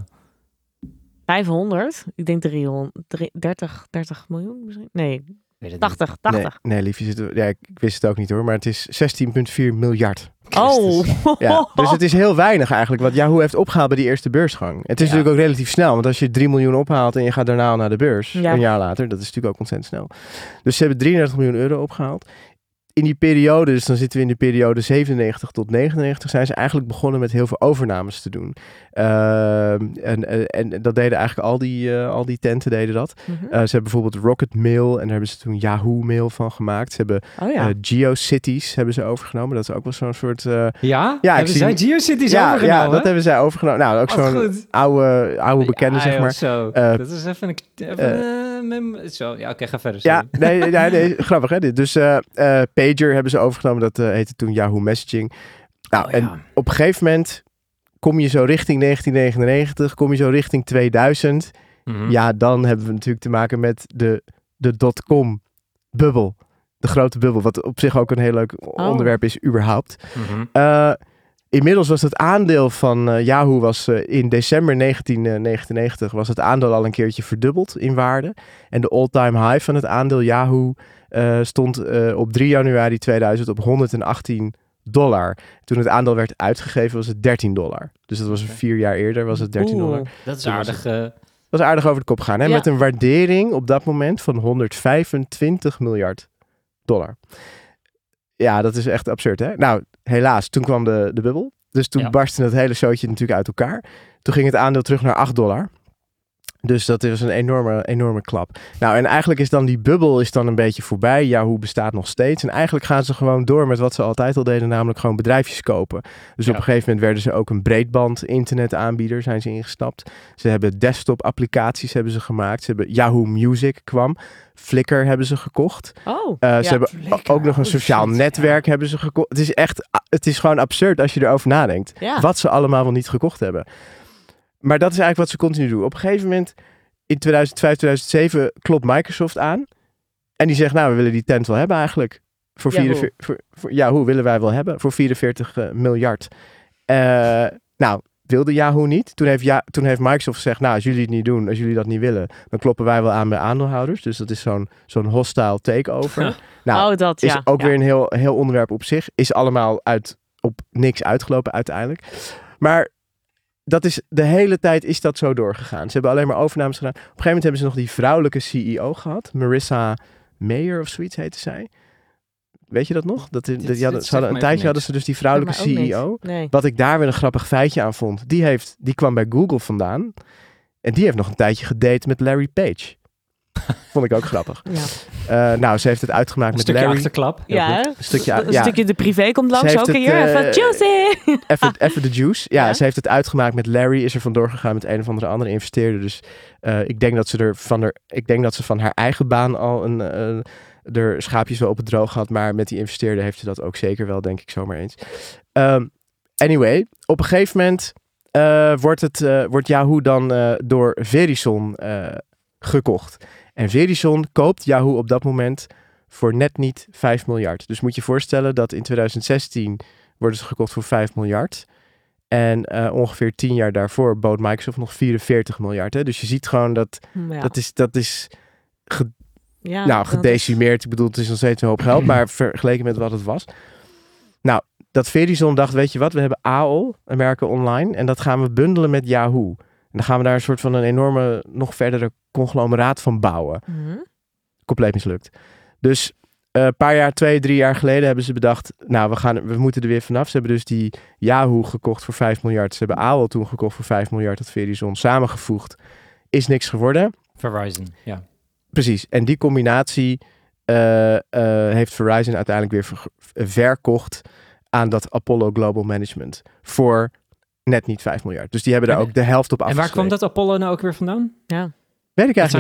Speaker 2: vijfhonderd? Ik denk driehonderd, dertig, dertig miljoen misschien? Nee,
Speaker 1: Ik weet het
Speaker 2: tachtig, tachtig.
Speaker 3: Nee, nee liefje, zit, ja, ik, ik wist het ook niet hoor, maar het is zestien komma vier miljard.
Speaker 2: Oh.
Speaker 3: Ja, dus het is heel weinig eigenlijk wat Yahoo heeft opgehaald bij die eerste beursgang. Het is
Speaker 1: Ja.
Speaker 3: natuurlijk ook relatief snel, want als je drie miljoen ophaalt en je gaat daarna al naar de beurs,
Speaker 2: Ja.
Speaker 3: een jaar later, dat is natuurlijk ook ontzettend snel. Dus ze hebben drieëndertig miljoen euro opgehaald. In die periode, dus dan zitten we in de periode zevenennegentig tot negenennegentig, zijn ze eigenlijk begonnen met heel veel overnames te doen. Ehm, en, en, en dat deden eigenlijk al die, uh, al die tenten deden dat.
Speaker 2: Mhm.
Speaker 3: Uh, ze hebben bijvoorbeeld Rocket Mail en daar hebben ze toen Yahoo Mail van gemaakt. Ze hebben
Speaker 2: Oh ja.
Speaker 3: uh, GeoCities hebben ze overgenomen. Dat is ook wel zo'n soort... uh,
Speaker 1: Ja?
Speaker 3: Ja, ik
Speaker 1: Hebben
Speaker 3: zie-
Speaker 1: zij GeoCities
Speaker 3: ja,
Speaker 1: overgenomen?
Speaker 3: ja, dat hebben zij overgenomen. Nou, ook
Speaker 1: Wat
Speaker 3: zo'n
Speaker 1: goed.
Speaker 3: oude, oude bekende,
Speaker 1: Ja,
Speaker 3: zeg
Speaker 1: joh,
Speaker 3: maar.
Speaker 1: Zo.
Speaker 3: Eh,
Speaker 1: dat is even een... Even, eh, mem- zo, ja, oké, ga verder.
Speaker 3: Ja,
Speaker 1: sorry.
Speaker 3: nee, nee, nee, grappig hè dit. Dus uh, uh, Pager hebben ze overgenomen. Dat uh, heette toen Yahoo Messaging. Nou,
Speaker 1: Oh,
Speaker 3: en
Speaker 1: ja.
Speaker 3: op een gegeven moment kom je zo richting negentien negenennegentig, kom je zo richting tweeduizend.
Speaker 1: Mhm.
Speaker 3: Ja, dan hebben we natuurlijk te maken met de, de dotcom-bubbel. De grote bubbel, wat op zich ook een heel leuk
Speaker 2: Oh.
Speaker 3: onderwerp is überhaupt.
Speaker 1: Mhm.
Speaker 3: Uh, inmiddels was het aandeel van uh, Yahoo was uh, in december negentien negenennegentig was het aandeel al een keertje verdubbeld in waarde. En de all-time high van het aandeel Yahoo uh, stond uh, op drie januari tweeduizend op honderdachttien dollar. Toen het aandeel werd uitgegeven was het dertien dollar. Dus dat was
Speaker 1: Oké.
Speaker 3: vier jaar eerder was het dertien dollar.
Speaker 2: Oeh.
Speaker 1: Dat is
Speaker 3: Toen was
Speaker 1: aardig. eh,
Speaker 3: Dat is aardig over de kop gegaan. Hè?
Speaker 2: Ja.
Speaker 3: Met een waardering op dat moment van honderdvijfentwintig miljard dollar. Ja, dat is echt absurd hè. Nou, helaas, toen kwam de, de bubbel. Dus toen
Speaker 1: Ja.
Speaker 3: barstte het hele zootje natuurlijk uit elkaar. Toen ging het aandeel terug naar acht dollar. Dus dat was een enorme, enorme klap. Nou, en eigenlijk is dan die bubbel is dan een beetje voorbij. Yahoo bestaat nog steeds. En eigenlijk gaan ze gewoon door met wat ze altijd al deden, namelijk gewoon bedrijfjes kopen. Dus
Speaker 1: Ja.
Speaker 3: op een gegeven moment werden ze ook een breedband internetaanbieder, zijn ze ingestapt. Ze hebben desktop applicaties hebben ze gemaakt. Ze hebben Yahoo Music kwam. Flickr hebben ze gekocht.
Speaker 2: Oh.
Speaker 3: Uh,
Speaker 2: ja.
Speaker 3: Ze hebben
Speaker 1: Flickr,
Speaker 3: ook nog een
Speaker 1: oh
Speaker 3: sociaal
Speaker 1: shit,
Speaker 3: netwerk hebben ze gekocht. Het is echt, het is gewoon absurd als je erover nadenkt.
Speaker 2: Ja.
Speaker 3: Wat ze allemaal wel niet gekocht hebben. Maar dat is eigenlijk wat ze continu doen. Op een gegeven moment, in tweeduizend vijf, tweeduizend zeven, klopt Microsoft aan. En die zegt, nou, we willen die tent wel hebben eigenlijk. Voor
Speaker 2: Yahoo.
Speaker 3: vierenveertig, voor, voor, ja, hoe willen wij wel hebben? Voor vierenveertig uh, miljard. Uh, nou, wilde Yahoo niet. Toen heeft, ja, toen heeft Microsoft gezegd, nou, als jullie het niet doen, als jullie dat niet willen, dan kloppen wij wel aan bij aandeelhouders. Dus dat is zo'n, zo'n hostile takeover. Nou,
Speaker 2: oh, dat,
Speaker 3: is
Speaker 2: ja.
Speaker 3: ook
Speaker 2: ja.
Speaker 3: weer een heel, heel onderwerp op zich. Is allemaal uit, op niks uitgelopen uiteindelijk. Maar dat is, de hele tijd is dat zo doorgegaan. Ze hebben alleen maar overnames gedaan. Op een gegeven moment hebben ze nog die vrouwelijke C E O gehad. Marissa Mayer of zoiets heette zij. Weet je dat nog? Dat, dat,
Speaker 1: dit
Speaker 3: die hadden,
Speaker 1: zegt
Speaker 3: ze hadden,
Speaker 1: mij
Speaker 3: een
Speaker 1: ook
Speaker 3: tijdje
Speaker 1: niks.
Speaker 3: hadden ze dus die vrouwelijke
Speaker 2: Maar ook
Speaker 3: C E
Speaker 2: niet.
Speaker 3: O.
Speaker 2: Nee.
Speaker 3: Wat ik daar weer een grappig feitje aan vond. Die, heeft, die kwam bij Google vandaan. En die heeft nog een tijdje gedate met Larry Page. Vond ik ook grappig.
Speaker 2: Ja.
Speaker 3: Uh, nou, ze heeft het uitgemaakt
Speaker 1: Een
Speaker 3: met
Speaker 1: stukje
Speaker 3: Larry.
Speaker 1: achterklap. Heel
Speaker 2: Ja,
Speaker 1: goed.
Speaker 2: hè?
Speaker 3: Een stukje,
Speaker 2: een
Speaker 3: ja.
Speaker 2: stukje de privé komt langs
Speaker 3: Ze
Speaker 2: ook
Speaker 3: heeft
Speaker 2: een
Speaker 3: het,
Speaker 2: keer.
Speaker 3: eh,
Speaker 2: Even juicy.
Speaker 3: Even, even de juice. Ja,
Speaker 2: Ja.
Speaker 3: ze heeft het uitgemaakt met Larry. Is er vandoor gegaan met een of andere andere investeerder. Dus uh, ik denk dat ze er van haar, ik denk dat ze van haar eigen baan al een, uh, er schaapjes wel op het droog had. Maar met die investeerder heeft ze dat ook zeker wel, denk ik zomaar eens. Um, anyway, op een gegeven moment uh, wordt, het, uh, wordt Yahoo dan uh, door Verizon uh, gekocht. En Verizon koopt Yahoo op dat moment voor net niet vijf miljard. Dus moet je voorstellen dat in tweeduizend zestien worden ze gekocht voor vijf miljard. En uh, ongeveer tien jaar daarvoor bood Microsoft nog vierenveertig miljard. Hè? Dus je ziet gewoon dat
Speaker 2: Ja.
Speaker 3: dat is, dat is ge,
Speaker 2: Ja,
Speaker 3: nou,
Speaker 2: dat
Speaker 3: gedecimeerd. Ik bedoel, het is nog steeds een hoop geld, maar vergeleken met wat het was. Nou, dat Verizon dacht, weet je wat, we hebben A O L, America Online, en dat gaan we bundelen met Yahoo. En dan gaan we daar een soort van een enorme, nog verdere conglomeraat van bouwen.
Speaker 2: is- Mhm.
Speaker 3: Compleet mislukt. Dus een uh, paar jaar, twee, drie jaar geleden hebben ze bedacht, nou, we, gaan, we moeten er weer vanaf. Ze hebben dus die Yahoo gekocht voor vijf miljard. Ze hebben A O L toen gekocht voor vijf miljard, dat Verizon samengevoegd. Is niks geworden.
Speaker 1: Verizon, ja.
Speaker 3: Precies. En die combinatie uh, uh, heeft Verizon uiteindelijk weer ver- verkocht aan dat Apollo Global Management voor net niet vijf miljard. Dus die hebben daar
Speaker 1: En-
Speaker 3: ook de helft op
Speaker 1: En waar
Speaker 3: afgeschreven.
Speaker 1: kwam dat Apollo nou ook weer vandaan?
Speaker 2: Ja.
Speaker 3: Weet ik
Speaker 1: Dat
Speaker 3: eigenlijk
Speaker 1: zijn-
Speaker 3: niet.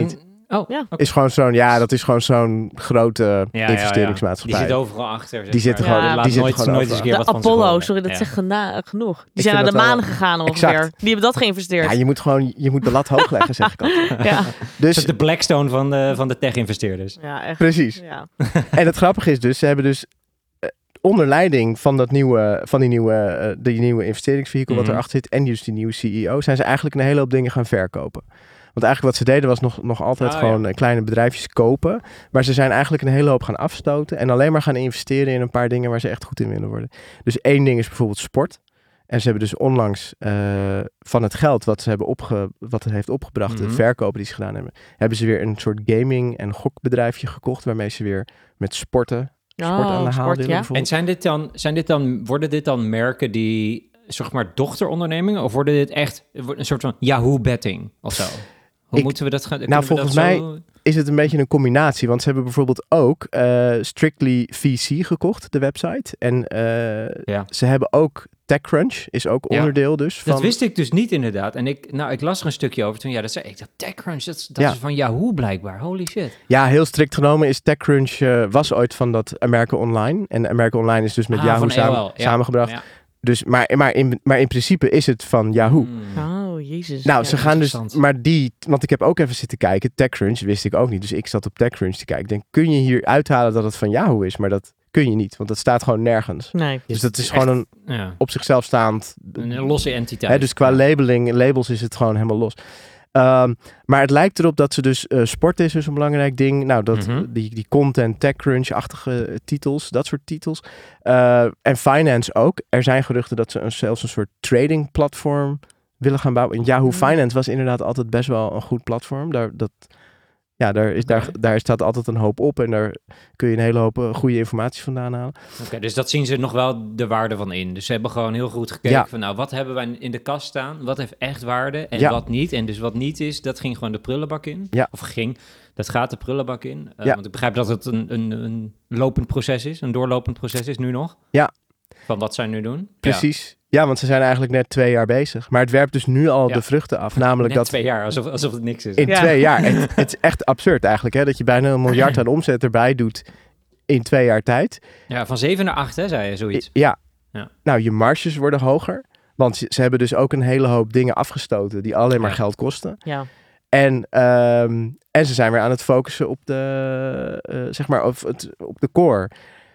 Speaker 1: Oh,
Speaker 2: Ja.
Speaker 1: oké.
Speaker 3: Is gewoon zo'n, ja, dat is gewoon zo'n grote
Speaker 1: Ja, ja, ja.
Speaker 3: investeringsmaatschappij.
Speaker 1: Die zit overal achter. zeg
Speaker 3: Die zitten
Speaker 1: maar.
Speaker 2: gewoon-
Speaker 1: Laat
Speaker 3: die zitten
Speaker 1: nooit,
Speaker 3: gewoon
Speaker 1: nooit eens een keer
Speaker 2: De
Speaker 1: wat van ze
Speaker 2: Apollo,
Speaker 1: horen.
Speaker 2: sorry, dat
Speaker 1: Ja.
Speaker 2: zegt gena- genoeg. Die
Speaker 3: Ik
Speaker 2: zijn naar
Speaker 3: vind
Speaker 2: de
Speaker 3: dat wel-
Speaker 2: maan gegaan ongeveer.
Speaker 3: Exact.
Speaker 2: Die hebben dat geïnvesteerd.
Speaker 3: Ja, je moet gewoon, je moet de lat hoog leggen, zeg ik altijd.
Speaker 2: Ja,
Speaker 1: Dat
Speaker 3: Dus,
Speaker 1: is de Blackstone van de, van de tech-investeerders.
Speaker 2: ja echt.
Speaker 3: precies.
Speaker 2: Ja.
Speaker 3: En het grappige is dus, ze hebben dus eh, onder leiding van, dat nieuwe, van die nieuwe, eh, die nieuwe investeringsvehikel wat
Speaker 1: Mhm.
Speaker 3: erachter zit en dus die nieuwe C E O, zijn ze eigenlijk een hele hoop dingen gaan verkopen. Want eigenlijk wat ze deden was nog, nog altijd
Speaker 1: Ah,
Speaker 3: gewoon
Speaker 1: ja.
Speaker 3: eh, kleine bedrijfjes kopen. Maar ze zijn eigenlijk een hele hoop gaan afstoten en alleen maar gaan investeren in een paar dingen waar ze echt goed in willen worden. Dus één ding is bijvoorbeeld sport. En ze hebben dus onlangs eh, van het geld wat ze hebben opge, wat het heeft opgebracht,
Speaker 1: Mhm.
Speaker 3: de verkopen die ze gedaan hebben, hebben ze weer een soort gaming- en gokbedrijfje gekocht waarmee ze weer met sporten sport
Speaker 2: Oh,
Speaker 3: aan de haal
Speaker 2: sport,
Speaker 3: willen
Speaker 2: ja.
Speaker 3: bijvoorbeeld.
Speaker 1: En zijn dit, dan, zijn dit dan, worden dit dan merken die, zeg maar, dochterondernemingen? Of worden dit echt een soort van Yahoo-betting of zo? Hoe
Speaker 3: Ik-
Speaker 1: moeten we dat gaan? kunnen
Speaker 3: Nou,
Speaker 1: we
Speaker 3: volgens
Speaker 1: dat
Speaker 3: mij
Speaker 1: zo-
Speaker 3: is het een beetje een combinatie. Want ze hebben bijvoorbeeld ook eh, Strictly V C gekocht, de website. En eh,
Speaker 1: Ja.
Speaker 3: ze hebben ook TechCrunch, is ook
Speaker 1: Ja.
Speaker 3: onderdeel dus van...
Speaker 1: Dat wist ik dus niet inderdaad. En ik, nou, ik las er een stukje over toen. Ja, dat zei ik. Dat TechCrunch, dat, is- dat
Speaker 3: Ja.
Speaker 1: is van Yahoo blijkbaar. Holy shit.
Speaker 3: Ja, heel strikt genomen is TechCrunch eh, was ooit van dat America Online. En America Online is dus met
Speaker 1: Ah,
Speaker 3: Yahoo
Speaker 1: van
Speaker 3: samen,
Speaker 1: A O L, ja.
Speaker 3: samengebracht.
Speaker 1: Ja.
Speaker 3: Dus, maar, maar, in, maar in principe is het van Yahoo.
Speaker 1: Hmm.
Speaker 2: Oh, jezus.
Speaker 3: Nou,
Speaker 2: Ja.
Speaker 3: ze gaan dus,
Speaker 1: interessant.
Speaker 3: maar die, want ik heb ook even zitten kijken, TechCrunch wist ik ook niet. Dus ik zat op TechCrunch te kijken. Ik denk, kun je hier uithalen dat het van Yahoo is? Maar dat kun je niet, want dat staat gewoon nergens.
Speaker 2: Nee.
Speaker 3: Dus dat is
Speaker 1: echt-
Speaker 3: gewoon een
Speaker 1: Ja.
Speaker 3: op zichzelf staand.
Speaker 1: Een losse entiteit.
Speaker 3: Hè, dus qua
Speaker 1: Ja.
Speaker 3: labeling, labels is het gewoon helemaal los. Ehm, maar het lijkt erop dat ze dus eh, sport is dus een belangrijk ding. Nou, dat,
Speaker 1: Mhm.
Speaker 3: die, die content, TechCrunch-achtige eh, titels, dat soort titels. Eh, en finance ook. Er zijn geruchten dat ze een, zelfs een soort trading platform willen gaan bouwen. En Yahoo
Speaker 2: Mhm.
Speaker 3: Finance was inderdaad altijd best wel een goed platform. Daar, dat, ja, daar, is, daar,
Speaker 1: Oké.
Speaker 3: daar staat altijd een hoop op en daar kun je een hele hoop eh, goede informatie vandaan halen.
Speaker 1: Oké, dus dat zien ze nog wel de waarde van in. Dus ze hebben gewoon heel goed gekeken
Speaker 3: Ja.
Speaker 1: van, nou, wat hebben wij in de kast staan? Wat heeft echt waarde en
Speaker 3: Ja.
Speaker 1: wat niet? En dus wat niet is, dat ging gewoon de prullenbak in.
Speaker 3: Ja.
Speaker 1: Of ging, dat gaat de prullenbak in. Uh,
Speaker 3: Ja.
Speaker 1: Want ik begrijp dat het een, een, een lopend proces is, een doorlopend proces is nu nog.
Speaker 3: Ja.
Speaker 1: Van wat zij nu doen.
Speaker 3: Precies. Ja, want ze zijn eigenlijk net twee jaar bezig. Maar het werpt dus nu al
Speaker 1: Ja.
Speaker 3: de vruchten af.
Speaker 1: Ja.
Speaker 3: Namelijk
Speaker 1: Net
Speaker 3: dat
Speaker 1: twee jaar, alsof, alsof het niks is.
Speaker 3: in
Speaker 2: Ja.
Speaker 3: twee jaar. Het, het is echt absurd eigenlijk. Hè? Dat je bijna een miljard aan omzet erbij doet in twee jaar tijd.
Speaker 1: Ja, van zeven naar acht, hè, zei je, zoiets.
Speaker 3: Ja.
Speaker 1: Ja.
Speaker 3: Nou, je marges worden hoger. Want ze, ze hebben dus ook een hele hoop dingen afgestoten die alleen maar
Speaker 1: Ja.
Speaker 3: geld kosten.
Speaker 2: Ja.
Speaker 3: En, ehm, en ze zijn weer aan het focussen op de, eh, zeg maar, op, het, op de core.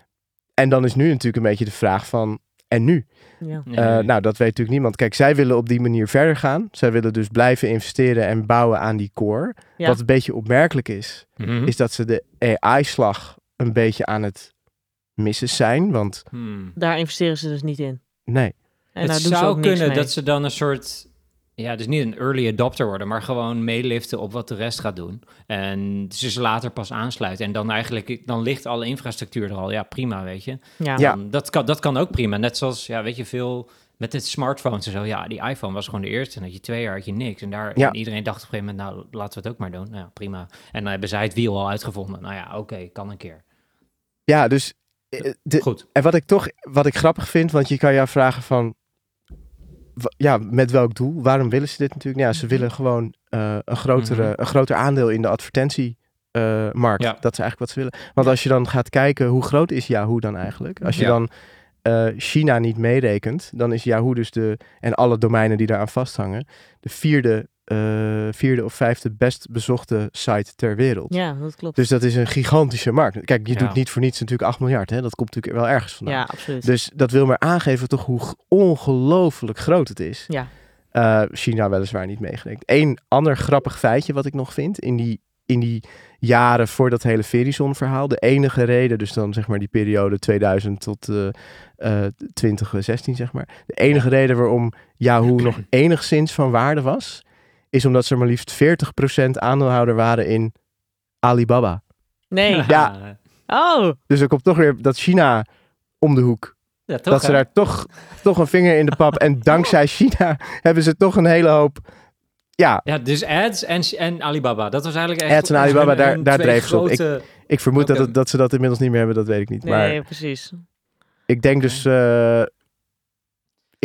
Speaker 3: En dan is nu natuurlijk een beetje de vraag van, en nu?
Speaker 2: Ja.
Speaker 1: Nee.
Speaker 3: Eh, nou, dat weet natuurlijk niemand. Kijk, zij willen op die manier verder gaan. Zij willen dus blijven investeren en bouwen aan die core.
Speaker 2: Ja.
Speaker 3: Wat een beetje opmerkelijk is,
Speaker 1: Mhm.
Speaker 3: is dat ze de A I-slag een beetje aan het missen zijn. Want
Speaker 1: Hmm.
Speaker 2: Daar investeren ze dus niet in.
Speaker 3: nee,
Speaker 2: En
Speaker 1: Het
Speaker 2: daar doen ze
Speaker 1: zou
Speaker 2: ook niks
Speaker 1: kunnen
Speaker 2: mee.
Speaker 1: dat ze dan een soort, ja, dus niet een early adopter worden, maar gewoon meeliften op wat de rest gaat doen. En ze ze later pas aansluiten. En dan eigenlijk, dan ligt alle infrastructuur er al. Ja, prima, weet je.
Speaker 2: Ja.
Speaker 3: Ja.
Speaker 1: Dan, dat, kan, dat kan ook prima. Net zoals, ja, weet je, veel met de smartphones en zo. Ja, die iPhone was gewoon de eerste. En dat je twee jaar had je niks. En, daar,
Speaker 3: Ja.
Speaker 1: en iedereen dacht op een gegeven moment, nou, laten we het ook maar doen. Nou ja, prima. En dan hebben zij het wiel al uitgevonden. Nou ja, oké, kan een keer.
Speaker 3: ja, dus eh, de,
Speaker 1: Goed.
Speaker 3: en wat ik toch, wat ik grappig vind, want je kan jou vragen van, wa- ja, met welk doel? Waarom willen ze dit natuurlijk? Ja, ze willen gewoon eh, een, grotere,
Speaker 1: Mhm.
Speaker 3: een groter aandeel in de advertentiemarkt.
Speaker 1: Ja.
Speaker 3: Dat is eigenlijk wat ze willen. Want als je dan gaat kijken, hoe groot is Yahoo dan eigenlijk? Als je
Speaker 1: Ja.
Speaker 3: dan eh, China niet meerekent, dan is Yahoo dus de, en alle domeinen die daaraan vasthangen, de vierde, eh, vierde of vijfde best bezochte site ter wereld.
Speaker 2: Ja, dat klopt.
Speaker 3: Dus dat is een gigantische markt. Kijk, je
Speaker 1: Ja.
Speaker 3: doet niet voor niets natuurlijk acht miljard. Hè? Dat komt natuurlijk wel ergens vandaan.
Speaker 2: Ja, absoluut.
Speaker 3: Dus dat wil maar aangeven toch hoe g- ongelooflijk groot het is.
Speaker 2: Ja.
Speaker 3: Eh, China weliswaar niet meegerekend. Eén ander grappig feitje wat ik nog vind in die, in die jaren voor dat hele Verizon-verhaal. De enige reden, dus dan zeg maar die periode tweeduizend tot eh eh, twintig zestien zeg maar. De enige reden waarom Yahoo nog enigszins van waarde was, is omdat ze maar liefst veertig procent aandeelhouder waren in Alibaba.
Speaker 2: Nee.
Speaker 3: Ja.
Speaker 2: Oh.
Speaker 3: Dus er komt toch weer dat China om de hoek.
Speaker 1: Ja, toch,
Speaker 3: dat ze
Speaker 1: hè?
Speaker 3: daar toch, toch een vinger in de pap. En dankzij China hebben ze toch een hele hoop. Ja,
Speaker 1: Ja, dus ads en, en Alibaba. Dat was eigenlijk echt...
Speaker 3: Ads en Alibaba,
Speaker 1: hun-
Speaker 3: daar-
Speaker 1: hun
Speaker 3: daar
Speaker 1: twee
Speaker 3: dreef ze op.
Speaker 1: grote-
Speaker 3: ik vermoed dat,
Speaker 1: Oké.
Speaker 3: het, dat ze dat inmiddels niet meer hebben, dat weet ik niet.
Speaker 2: Nee,
Speaker 3: Maar
Speaker 2: precies.
Speaker 3: ik denk dus. eh,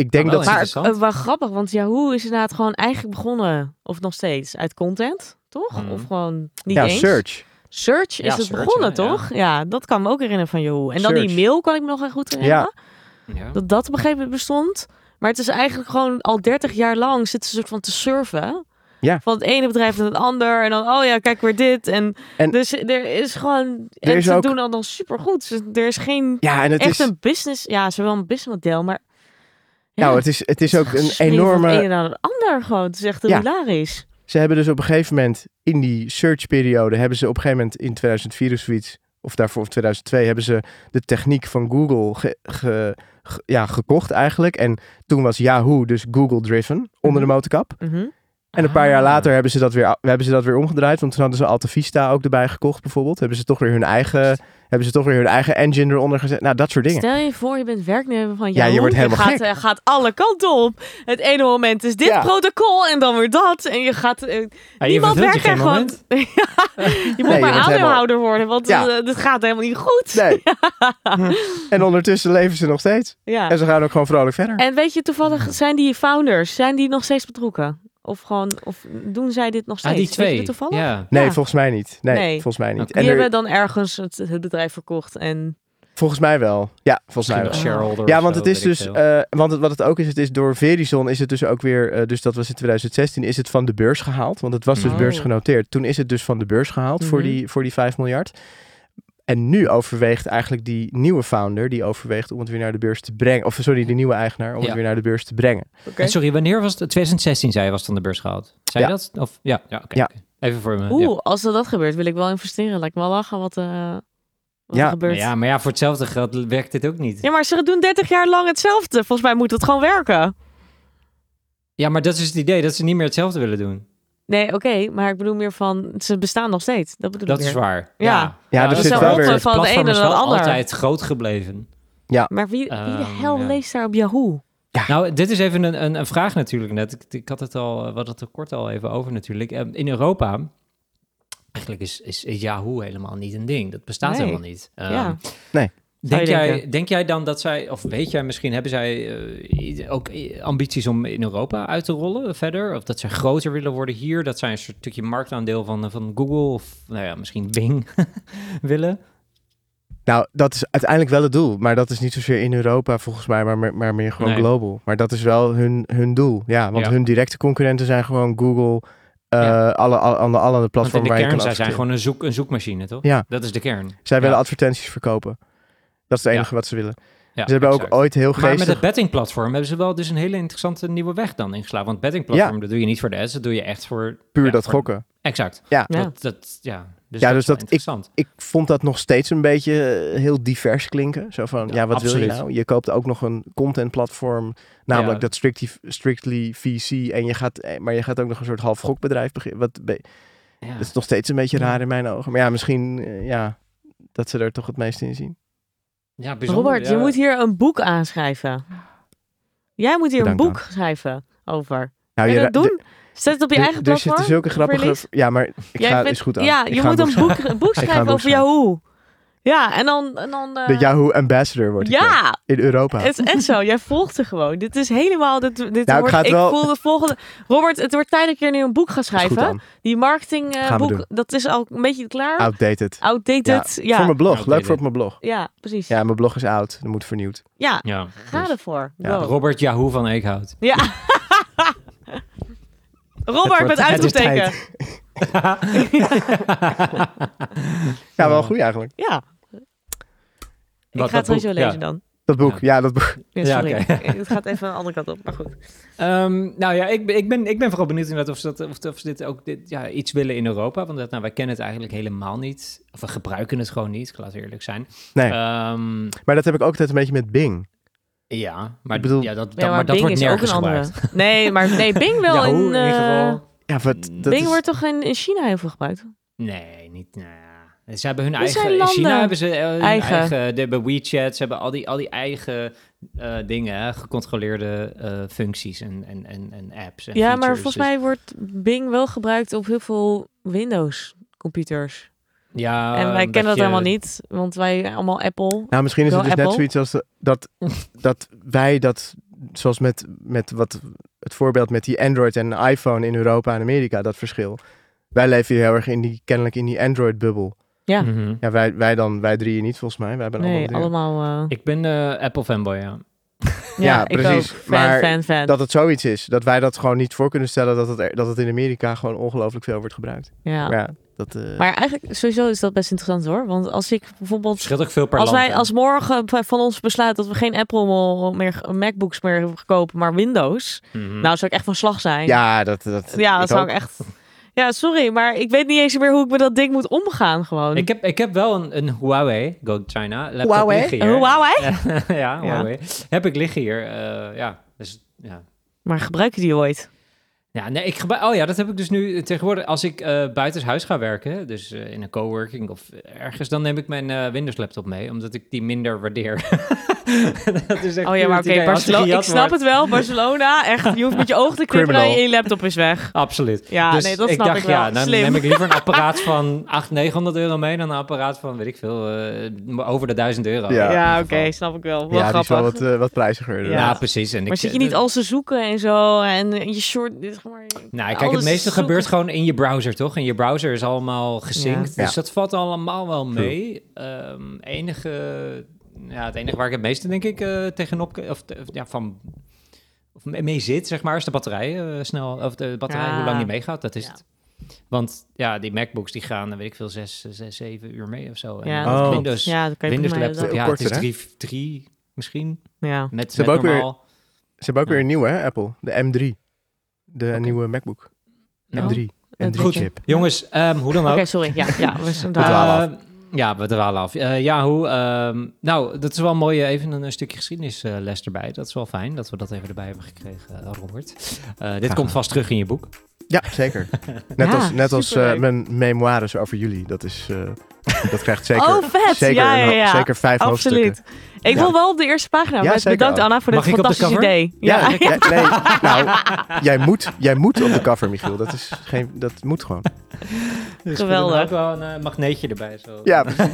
Speaker 3: ik denk
Speaker 1: wel
Speaker 3: dat...
Speaker 2: Maar
Speaker 1: interessant.
Speaker 2: het wel grappig, want Yahoo is inderdaad gewoon eigenlijk begonnen, of nog steeds, uit content, toch?
Speaker 1: Mhm.
Speaker 2: Of gewoon niet
Speaker 3: Ja,
Speaker 2: eens?
Speaker 3: search.
Speaker 2: Search
Speaker 1: Ja,
Speaker 2: is het
Speaker 1: search,
Speaker 2: begonnen,
Speaker 1: ja, ja.
Speaker 2: toch? Ja, dat kan me ook herinneren van Yahoo. En dan die
Speaker 3: Search.
Speaker 2: mail kan ik me nog heel goed herinneren.
Speaker 1: Ja.
Speaker 2: Dat dat op een gegeven moment bestond. Maar het is eigenlijk gewoon al dertig jaar lang zitten ze soort van te surfen.
Speaker 3: Ja.
Speaker 2: Van het ene bedrijf naar het ander. En dan, oh ja, kijk weer dit. En,
Speaker 3: En-
Speaker 2: dus er is gewoon...
Speaker 3: Er
Speaker 2: en
Speaker 3: is
Speaker 2: ze
Speaker 3: ook-
Speaker 2: doen al dan supergoed. Dus er is geen
Speaker 3: Ja, en het
Speaker 2: echt
Speaker 3: is...
Speaker 2: een business... Ja, ze wel een businessmodel, maar... Ja,
Speaker 3: Nou, het is, het is ook een
Speaker 2: springen van
Speaker 3: enorme...
Speaker 2: het ene naar het ander gewoon. Het is echt
Speaker 3: Ja.
Speaker 2: hilarisch.
Speaker 3: Ze hebben dus op een gegeven moment in die search-periode, hebben ze op een gegeven moment in tweeduizend vier of zoiets, of daarvoor of tweeduizend twee, hebben ze de techniek van Google ge, ge- ge- ja, gekocht eigenlijk. En toen was Yahoo dus Google-driven onder de motorkap.
Speaker 2: Mhm.
Speaker 3: En een paar jaar
Speaker 1: Ah.
Speaker 3: later hebben ze, dat weer, hebben ze dat weer omgedraaid. Want toen hadden ze Alta Vista ook erbij gekocht bijvoorbeeld. Hebben ze toch weer hun eigen, hebben ze toch weer hun eigen engine eronder gezet. Nou, dat soort dingen.
Speaker 2: Stel je voor, je bent werknemer van
Speaker 3: Ja,
Speaker 2: Yahoo.
Speaker 3: je wordt helemaal
Speaker 2: gaat,
Speaker 3: gek.
Speaker 2: eh, gaat alle kanten op. Het ene moment is dit
Speaker 3: Ja.
Speaker 2: protocol en dan weer dat. En je gaat... eh,
Speaker 1: Ja, je
Speaker 2: niemand
Speaker 1: verveelt je
Speaker 2: werkt er
Speaker 1: geen
Speaker 2: gewoon...
Speaker 1: moment.
Speaker 2: Ja, je moet
Speaker 3: je
Speaker 2: maar
Speaker 3: wordt
Speaker 2: aandeelhouder worden, want
Speaker 3: Ja.
Speaker 2: eh, dit gaat helemaal niet goed.
Speaker 3: Nee. En ondertussen leven ze nog steeds.
Speaker 2: Ja.
Speaker 3: En ze gaan ook gewoon vrolijk verder.
Speaker 2: En weet je, toevallig zijn die founders, zijn die nog steeds betrokken? Of gewoon, of doen zij dit nog steeds?
Speaker 1: Ah, die
Speaker 2: Weet je
Speaker 1: twee.
Speaker 2: dat toevallig?
Speaker 1: Ja.
Speaker 3: Nee,
Speaker 2: Ja.
Speaker 3: volgens mij niet. Nee,
Speaker 2: Nee.
Speaker 3: volgens mij niet.
Speaker 1: Oké.
Speaker 3: En
Speaker 2: Die
Speaker 3: er-
Speaker 2: hebben dan ergens het, het bedrijf verkocht en...
Speaker 3: volgens mij wel. Ja, volgens mij
Speaker 1: Misschien
Speaker 3: wel.
Speaker 1: nog shareholder
Speaker 3: Ja,
Speaker 1: of
Speaker 3: want
Speaker 1: zo,
Speaker 3: het is
Speaker 1: weet ik
Speaker 3: dus,
Speaker 1: veel.
Speaker 3: eh, want het, wat het ook is, het is door Verizon is het dus ook weer, eh, dus dat was in tweeduizend zestien, is het van de beurs gehaald. Want het was dus
Speaker 2: Oh.
Speaker 3: beursgenoteerd. Toen is het dus van de beurs gehaald voor,
Speaker 2: Mhm.
Speaker 3: die, voor die vijf miljard. En nu overweegt eigenlijk die nieuwe founder, die overweegt om het weer naar de beurs te brengen. Of sorry, de nieuwe eigenaar, om
Speaker 1: Ja.
Speaker 3: het weer naar de beurs te brengen.
Speaker 2: Oké.
Speaker 1: En sorry, wanneer was het? twintig zestien zei je, was het van de beurs gehaald. Zei je
Speaker 3: Ja.
Speaker 1: dat? Of, ja, ja oké.
Speaker 3: Ja.
Speaker 1: oké. Even voor me.
Speaker 2: Oeh,
Speaker 1: ja.
Speaker 2: als er dat gebeurt, wil ik wel investeren. Lijkt me wel lachen wat, eh wat
Speaker 3: Ja.
Speaker 2: er gebeurt.
Speaker 1: Nou ja, maar ja, voor hetzelfde geld werkt dit ook niet.
Speaker 2: Ja, maar ze doen dertig jaar lang hetzelfde. Volgens mij moet het gewoon werken.
Speaker 1: Ja, maar dat is het idee, dat ze niet meer hetzelfde willen doen.
Speaker 2: Nee, oké, maar ik bedoel meer van, ze bestaan nog steeds. Dat bedoel
Speaker 1: Dat
Speaker 2: ik
Speaker 1: is
Speaker 2: meer.
Speaker 1: waar.
Speaker 2: Ja.
Speaker 3: Ja, er
Speaker 1: dat
Speaker 3: zit
Speaker 1: is
Speaker 3: wel
Speaker 1: waar.
Speaker 3: weer-
Speaker 1: Het
Speaker 2: van de
Speaker 1: platform
Speaker 2: ene
Speaker 1: is
Speaker 2: naar de
Speaker 1: wel
Speaker 2: ander.
Speaker 1: altijd groot gebleven.
Speaker 2: Maar wie, wie de
Speaker 1: Ehm,
Speaker 2: hel
Speaker 1: ja.
Speaker 2: leest daar op Yahoo?
Speaker 1: Nou, dit is even een, een, een vraag natuurlijk net. Ik, ik had het al, we hadden het er kort al even over natuurlijk. Ehm, In Europa, eigenlijk is, is, is Yahoo helemaal niet een ding. Dat bestaat
Speaker 2: Nee.
Speaker 1: helemaal niet. Ehm,
Speaker 2: Ja.
Speaker 1: Denk
Speaker 2: Zou je
Speaker 1: jij,
Speaker 2: denken.
Speaker 1: denk jij dan dat zij, of weet jij misschien, hebben zij eh, ook ambities om in Europa uit te rollen verder? Of dat zij groter willen worden hier? Dat zij een soort stukje marktaandeel van, van Google of nou ja, misschien Bing willen?
Speaker 3: Nou, dat is uiteindelijk wel het doel. Maar dat is niet zozeer in Europa volgens mij, maar, meer- maar meer gewoon
Speaker 1: Nee.
Speaker 3: global. Maar dat is wel hun, hun doel. Ja, want
Speaker 1: Ja.
Speaker 3: hun directe concurrenten zijn gewoon Google, eh
Speaker 1: Ja.
Speaker 3: alle, alle, alle, alle
Speaker 1: Want in
Speaker 3: platformen
Speaker 1: de
Speaker 3: waar je
Speaker 1: kern,
Speaker 3: kan
Speaker 1: zij zijn
Speaker 3: adverteren.
Speaker 1: gewoon een, zoek, een zoekmachine, toch?
Speaker 3: Ja.
Speaker 1: Dat is de kern.
Speaker 3: Zij willen
Speaker 1: Ja.
Speaker 3: advertenties verkopen. Dat is het enige
Speaker 1: Ja.
Speaker 3: wat ze willen.
Speaker 1: Ja,
Speaker 3: ze hebben
Speaker 1: exact.
Speaker 3: ook ooit heel
Speaker 1: Maar met
Speaker 3: geestig...
Speaker 1: het bettingplatform hebben ze wel dus een hele interessante nieuwe weg dan ingeslagen. Want bettingplatform, dat doe je niet voor de ads, dat doe je echt voor...
Speaker 3: puur
Speaker 1: ja,
Speaker 3: dat
Speaker 1: voor-
Speaker 3: gokken.
Speaker 1: Exact.
Speaker 3: Ja.
Speaker 2: Ja.
Speaker 1: Dat, dat, ja. Dus
Speaker 3: Ja,
Speaker 1: dat
Speaker 3: dus
Speaker 1: is wel
Speaker 3: dat ik-
Speaker 1: interessant.
Speaker 3: Ik vond dat nog steeds een beetje eh, heel divers klinken. Zo van, ja,
Speaker 1: Ja,
Speaker 3: wat wil
Speaker 1: absoluut.
Speaker 3: je nou? Je koopt ook nog een contentplatform, namelijk
Speaker 1: Ja.
Speaker 3: dat strictly, strictly V C. En je gaat, eh, maar je gaat ook nog een soort half gokbedrijf beginnen. Wat, be-
Speaker 1: Ja.
Speaker 3: Dat is nog steeds een beetje
Speaker 1: Ja.
Speaker 3: raar in mijn ogen. Maar ja, misschien eh, ja, dat ze er toch het meest in zien.
Speaker 1: Ja, bijzonder.
Speaker 2: Robert, je
Speaker 1: ja.
Speaker 2: moet hier een boek aanschrijven. Jij moet hier
Speaker 3: Bedankt
Speaker 2: een boek schrijven over.
Speaker 3: Nou,
Speaker 2: Kan je dat
Speaker 3: ra-
Speaker 2: doen? Zet het op je
Speaker 3: er-
Speaker 2: eigen
Speaker 3: Er
Speaker 2: platform.
Speaker 3: zitten zulke grappige...
Speaker 2: release?
Speaker 3: Ja, maar ik
Speaker 2: Jij
Speaker 3: ga,
Speaker 2: bent-
Speaker 3: is goed aan.
Speaker 2: Ja,
Speaker 3: Ik
Speaker 2: je
Speaker 3: ga
Speaker 2: moet
Speaker 3: een
Speaker 2: een
Speaker 3: boek
Speaker 2: boek, een boek
Speaker 3: ga een
Speaker 2: schrijven
Speaker 3: boek
Speaker 2: over
Speaker 3: schrijven.
Speaker 2: Yahoo. Ja, en dan... En dan eh,
Speaker 3: De Yahoo Ambassador wordt ik dan.
Speaker 2: Ja,
Speaker 3: In Europa.
Speaker 2: het is echt zo. Jij volgt er gewoon. Dit is helemaal... Dit, dit
Speaker 3: Nou, ik
Speaker 2: wordt,
Speaker 3: ga het
Speaker 2: ik
Speaker 3: wel-
Speaker 2: voel de volgende... Robert, het wordt tijd dat je nu een boek gaat
Speaker 3: Is goed
Speaker 2: schrijven.
Speaker 3: aan.
Speaker 2: Die marketing eh,
Speaker 3: Gaan we
Speaker 2: boek,
Speaker 3: doen.
Speaker 2: dat is al een beetje klaar.
Speaker 3: Outdated.
Speaker 2: Outdated. Ja,
Speaker 3: Voor mijn blog.
Speaker 1: Outdated.
Speaker 3: Leuk voor op mijn blog.
Speaker 2: ja, precies.
Speaker 3: Ja, mijn blog is oud. Dat moet vernieuwd.
Speaker 2: Ja,
Speaker 1: Ja.
Speaker 2: ga ervoor.
Speaker 3: Ja,
Speaker 2: Go.
Speaker 1: Robert Yahoo van Eekhout.
Speaker 2: Ja. Robert
Speaker 1: Het
Speaker 2: met
Speaker 1: wordt- het is
Speaker 2: uitroepteken.
Speaker 3: Ja, wel goed eigenlijk.
Speaker 2: Ja. Ik
Speaker 1: Wat,
Speaker 2: ga het
Speaker 1: dat
Speaker 2: sowieso
Speaker 1: boek?
Speaker 2: lezen
Speaker 1: Ja.
Speaker 2: dan.
Speaker 3: Dat boek.
Speaker 1: Ja.
Speaker 3: Ja, dat boek.
Speaker 2: Ja,
Speaker 1: Ja,
Speaker 2: sorry.
Speaker 1: oké.
Speaker 2: Het gaat even een andere kant op, maar goed.
Speaker 1: Ehm, nou ja, ik, ben- ik, ben, ik ben vooral benieuwd inderdaad of ze, dat, of, of ze dit ook dit, ja, iets willen in Europa. Want dat, nou, wij kennen het eigenlijk helemaal niet. Of we gebruiken het gewoon niet, ik laat het eerlijk zijn.
Speaker 3: Nee.
Speaker 1: Ehm,
Speaker 3: Maar dat heb ik ook altijd een beetje met Bing.
Speaker 1: ja, maar,
Speaker 3: Ik bedoel-
Speaker 1: ja, dat, dat,
Speaker 2: Ja, maar,
Speaker 1: maar dat
Speaker 2: Bing
Speaker 1: wordt
Speaker 2: is ook
Speaker 1: nergens
Speaker 2: een andere.
Speaker 1: gebruikt.
Speaker 2: Nee, maar nee, Bing wel
Speaker 1: Yahoo
Speaker 2: in...
Speaker 1: in ieder
Speaker 2: eh,
Speaker 1: geval.
Speaker 3: Ja, wat, dat
Speaker 2: Bing
Speaker 3: is...
Speaker 2: wordt toch in, in China heel veel gebruikt?
Speaker 1: Nee, niet. Nou ja. Ze hebben hun
Speaker 2: Er
Speaker 1: eigen.
Speaker 2: zijn
Speaker 1: In China
Speaker 2: landen.
Speaker 1: hebben ze eh, hun
Speaker 2: Eigen.
Speaker 1: eigen. De hebben WeChat. Ze hebben al die, al die eigen eh, dingen, hè, gecontroleerde eh, functies en, en, en, en apps. En
Speaker 2: Ja, maar
Speaker 1: features.
Speaker 2: volgens
Speaker 1: Dus-
Speaker 2: mij wordt Bing wel gebruikt op heel veel Windows-computers.
Speaker 1: Ja,
Speaker 2: en wij
Speaker 1: omdat
Speaker 2: kennen dat
Speaker 1: je-
Speaker 2: helemaal niet, want wij allemaal Apple.
Speaker 3: Nou, misschien is het
Speaker 2: Wel
Speaker 3: dus net
Speaker 2: Apple.
Speaker 3: zoiets als de- dat, dat wij dat zoals met, met wat het voorbeeld met die Android en iPhone in Europa en Amerika, dat verschil. Wij leven hier heel erg in die, kennelijk in die Android-bubbel.
Speaker 2: Ja.
Speaker 1: Mhm.
Speaker 3: Ja, wij, wij dan, wij drieën niet volgens mij. Wij hebben
Speaker 2: Nee,
Speaker 3: allemaal, dingen.
Speaker 2: allemaal... uh,
Speaker 1: Ik ben uh, Apple fanboy, ja.
Speaker 3: Ja,
Speaker 2: ik
Speaker 3: precies.
Speaker 2: ook. Fan,
Speaker 3: Maar
Speaker 2: fan, fan.
Speaker 3: Dat het zoiets is. Dat wij dat gewoon niet voor kunnen stellen dat het, er- dat het in Amerika gewoon ongelooflijk veel wordt gebruikt.
Speaker 2: ja.
Speaker 3: Maar ja, dat... uh,
Speaker 2: Maar eigenlijk, sowieso is dat best interessant hoor. Want als ik bijvoorbeeld...
Speaker 1: Verschilt ook veel per
Speaker 2: Als
Speaker 1: land.
Speaker 2: wij
Speaker 1: hè.
Speaker 2: als morgen van ons besluiten dat we geen Apple meer, MacBooks meer kopen, maar Windows.
Speaker 1: Mhm.
Speaker 2: Nou, zou ik echt van slag zijn.
Speaker 3: ja, dat... dat
Speaker 2: ja dat
Speaker 3: ik
Speaker 2: zou
Speaker 3: ook.
Speaker 2: ik echt... Ja, sorry, maar ik weet niet eens meer hoe ik met dat ding moet omgaan gewoon.
Speaker 1: Ik heb, ik heb wel een, een Huawei, Go China, laptop
Speaker 3: Huawei?
Speaker 1: liggen hier.
Speaker 2: Een Huawei?
Speaker 1: ja, ja, Huawei. Heb ik liggen hier. Uh, ja, dus, ja.
Speaker 2: Maar gebruik je die ooit?
Speaker 1: Ja, nee, ik gebruik... Oh ja, dat heb ik dus nu tegenwoordig. Als ik uh, buitenshuis ga werken, dus uh, in een coworking of ergens, dan neem ik mijn uh, Windows laptop mee, omdat ik die minder waardeer. dat is echt
Speaker 2: oh ja, maar oké, okay, Barcelona. Ik snap het wel, Barcelona. Echt, je hoeft met je ogen te knipperen en je laptop is weg.
Speaker 1: Absoluut.
Speaker 2: Ja,
Speaker 1: dus
Speaker 2: nee, dat
Speaker 1: ik
Speaker 2: snap
Speaker 1: dacht,
Speaker 2: ik wel.
Speaker 1: Ja, dan
Speaker 2: Slim.
Speaker 1: neem ik liever een apparaat van achthonderd, negenhonderd euro mee dan een apparaat van, weet ik veel, uh, over de duizend euro.
Speaker 3: Ja,
Speaker 2: ja oké, okay, snap ik wel. Wel
Speaker 3: ja,
Speaker 2: grappig.
Speaker 3: die is wel wat, uh, wat prijziger.
Speaker 1: Ja,
Speaker 3: ja.
Speaker 1: precies. En
Speaker 2: maar
Speaker 1: ik,
Speaker 2: zit je niet al te zoeken en zo en je short... Maar,
Speaker 1: nou, kijk, het meeste zoeken. gebeurt gewoon in je browser, toch? En je browser is allemaal gesynct, ja. dus ja. dat valt allemaal wel mee. Um, enige, ja, het enige waar ik het meeste, denk ik, uh, tegenop, of, of ja, van, of mee zit, zeg maar, is de batterij uh, snel, of de batterij, ja. hoe lang die meegaat, dat is ja. het. Want ja, die MacBooks die gaan, weet ik veel, zes, zes zeven uur mee of zo.
Speaker 2: Ja,
Speaker 1: en
Speaker 3: oh.
Speaker 1: Windows,
Speaker 2: ja, dat kan je
Speaker 1: Windows laptop,
Speaker 3: heel
Speaker 1: ja,
Speaker 3: korter,
Speaker 1: het is
Speaker 3: hè?
Speaker 1: drie, drie misschien.
Speaker 2: Ja.
Speaker 1: Met,
Speaker 3: ze,
Speaker 1: met
Speaker 3: hebben ook
Speaker 1: normaal...
Speaker 3: weer, ze hebben ook
Speaker 1: ja.
Speaker 3: weer een nieuwe, hè, Apple. De M drie. De okay. nieuwe MacBook.
Speaker 1: Ja.
Speaker 3: M drie. M drie
Speaker 1: Goed,
Speaker 3: chip.
Speaker 1: Jongens, um, hoe dan ook.
Speaker 2: Oké, okay, sorry. Ja, ja, we zijn
Speaker 3: daar.
Speaker 1: Uh, ja, we dwalen af. Uh, Yahoo, um, nou, dat is wel een mooie, even een, een stukje geschiedenisles uh, erbij. Dat is wel fijn dat we dat even erbij hebben gekregen, uh, Robert. Uh, dit ja. komt vast terug in je boek.
Speaker 3: Ja, zeker. Net ja, als, net als uh, mijn memoires over jullie. Dat is, uh, dat krijgt zeker,
Speaker 2: oh, vet.
Speaker 3: zeker,
Speaker 2: ja, ja, ja.
Speaker 3: zeker vijf
Speaker 2: Absoluut.
Speaker 3: hoofdstukken.
Speaker 2: Ik
Speaker 3: ja.
Speaker 2: wil wel op de eerste pagina.
Speaker 3: Ja,
Speaker 2: Bedankt Anna voor dit fantastische idee.
Speaker 3: Ja, ja, ja. Nee, nou, jij moet, jij moet op de cover, Michiel. Dat, is geen, dat moet gewoon.
Speaker 1: Dus
Speaker 2: geweldig.
Speaker 1: Er ook wel een uh, magneetje erbij. Zo.
Speaker 3: Ja, precies.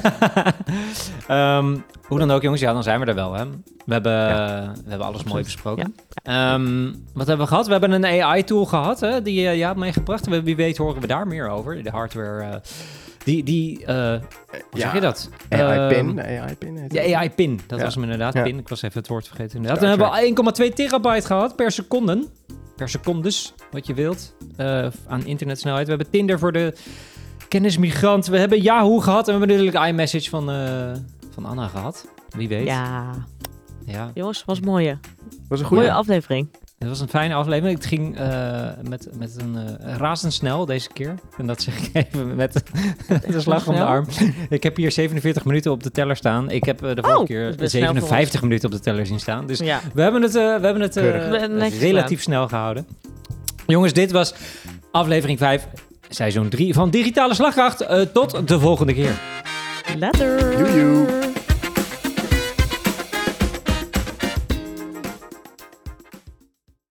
Speaker 1: um, hoe dan ook, jongens. Ja, dan zijn we er wel. Hè. We, hebben, ja. we hebben alles mooi besproken. Ja. Um, wat hebben we gehad? We hebben een A I-tool gehad, hè, die uh, jij had meegebracht. We, wie weet horen we daar meer over. De hardware... Uh, Die, die uh, hoe ja. zeg je dat?
Speaker 3: A I-pin. A I-pin.
Speaker 1: Ja, A I-pin. Dat ja. was hem inderdaad. Ja. Pin. Ik was even het woord vergeten. Inderdaad. Dan hebben we één komma twee terabyte gehad per seconde. Per secondes, wat je wilt. Uh, aan internetsnelheid. We hebben Tinder voor de kennismigrant. We hebben Yahoo gehad. En we hebben natuurlijk iMessage van, uh, van Anna gehad. Wie weet.
Speaker 2: Ja.
Speaker 1: ja.
Speaker 2: Jongens, was mooi.
Speaker 3: Was een goede
Speaker 2: mooie aflevering.
Speaker 1: Het was een fijne aflevering. Het ging uh, met, met een uh, razendsnel deze keer. En dat zeg ik even met de slag om de arm. Ik heb hier zevenenveertig minuten op de teller staan. Ik heb uh, de vorige oh, keer zevenenvijftig minuten op de teller zien staan. Dus ja. we hebben het, uh, we hebben het uh, relatief snel gehouden. Jongens, dit was aflevering vijf, seizoen drie van Digitale Slagkracht. Uh, tot de volgende keer.
Speaker 2: Later.
Speaker 3: Joejoe.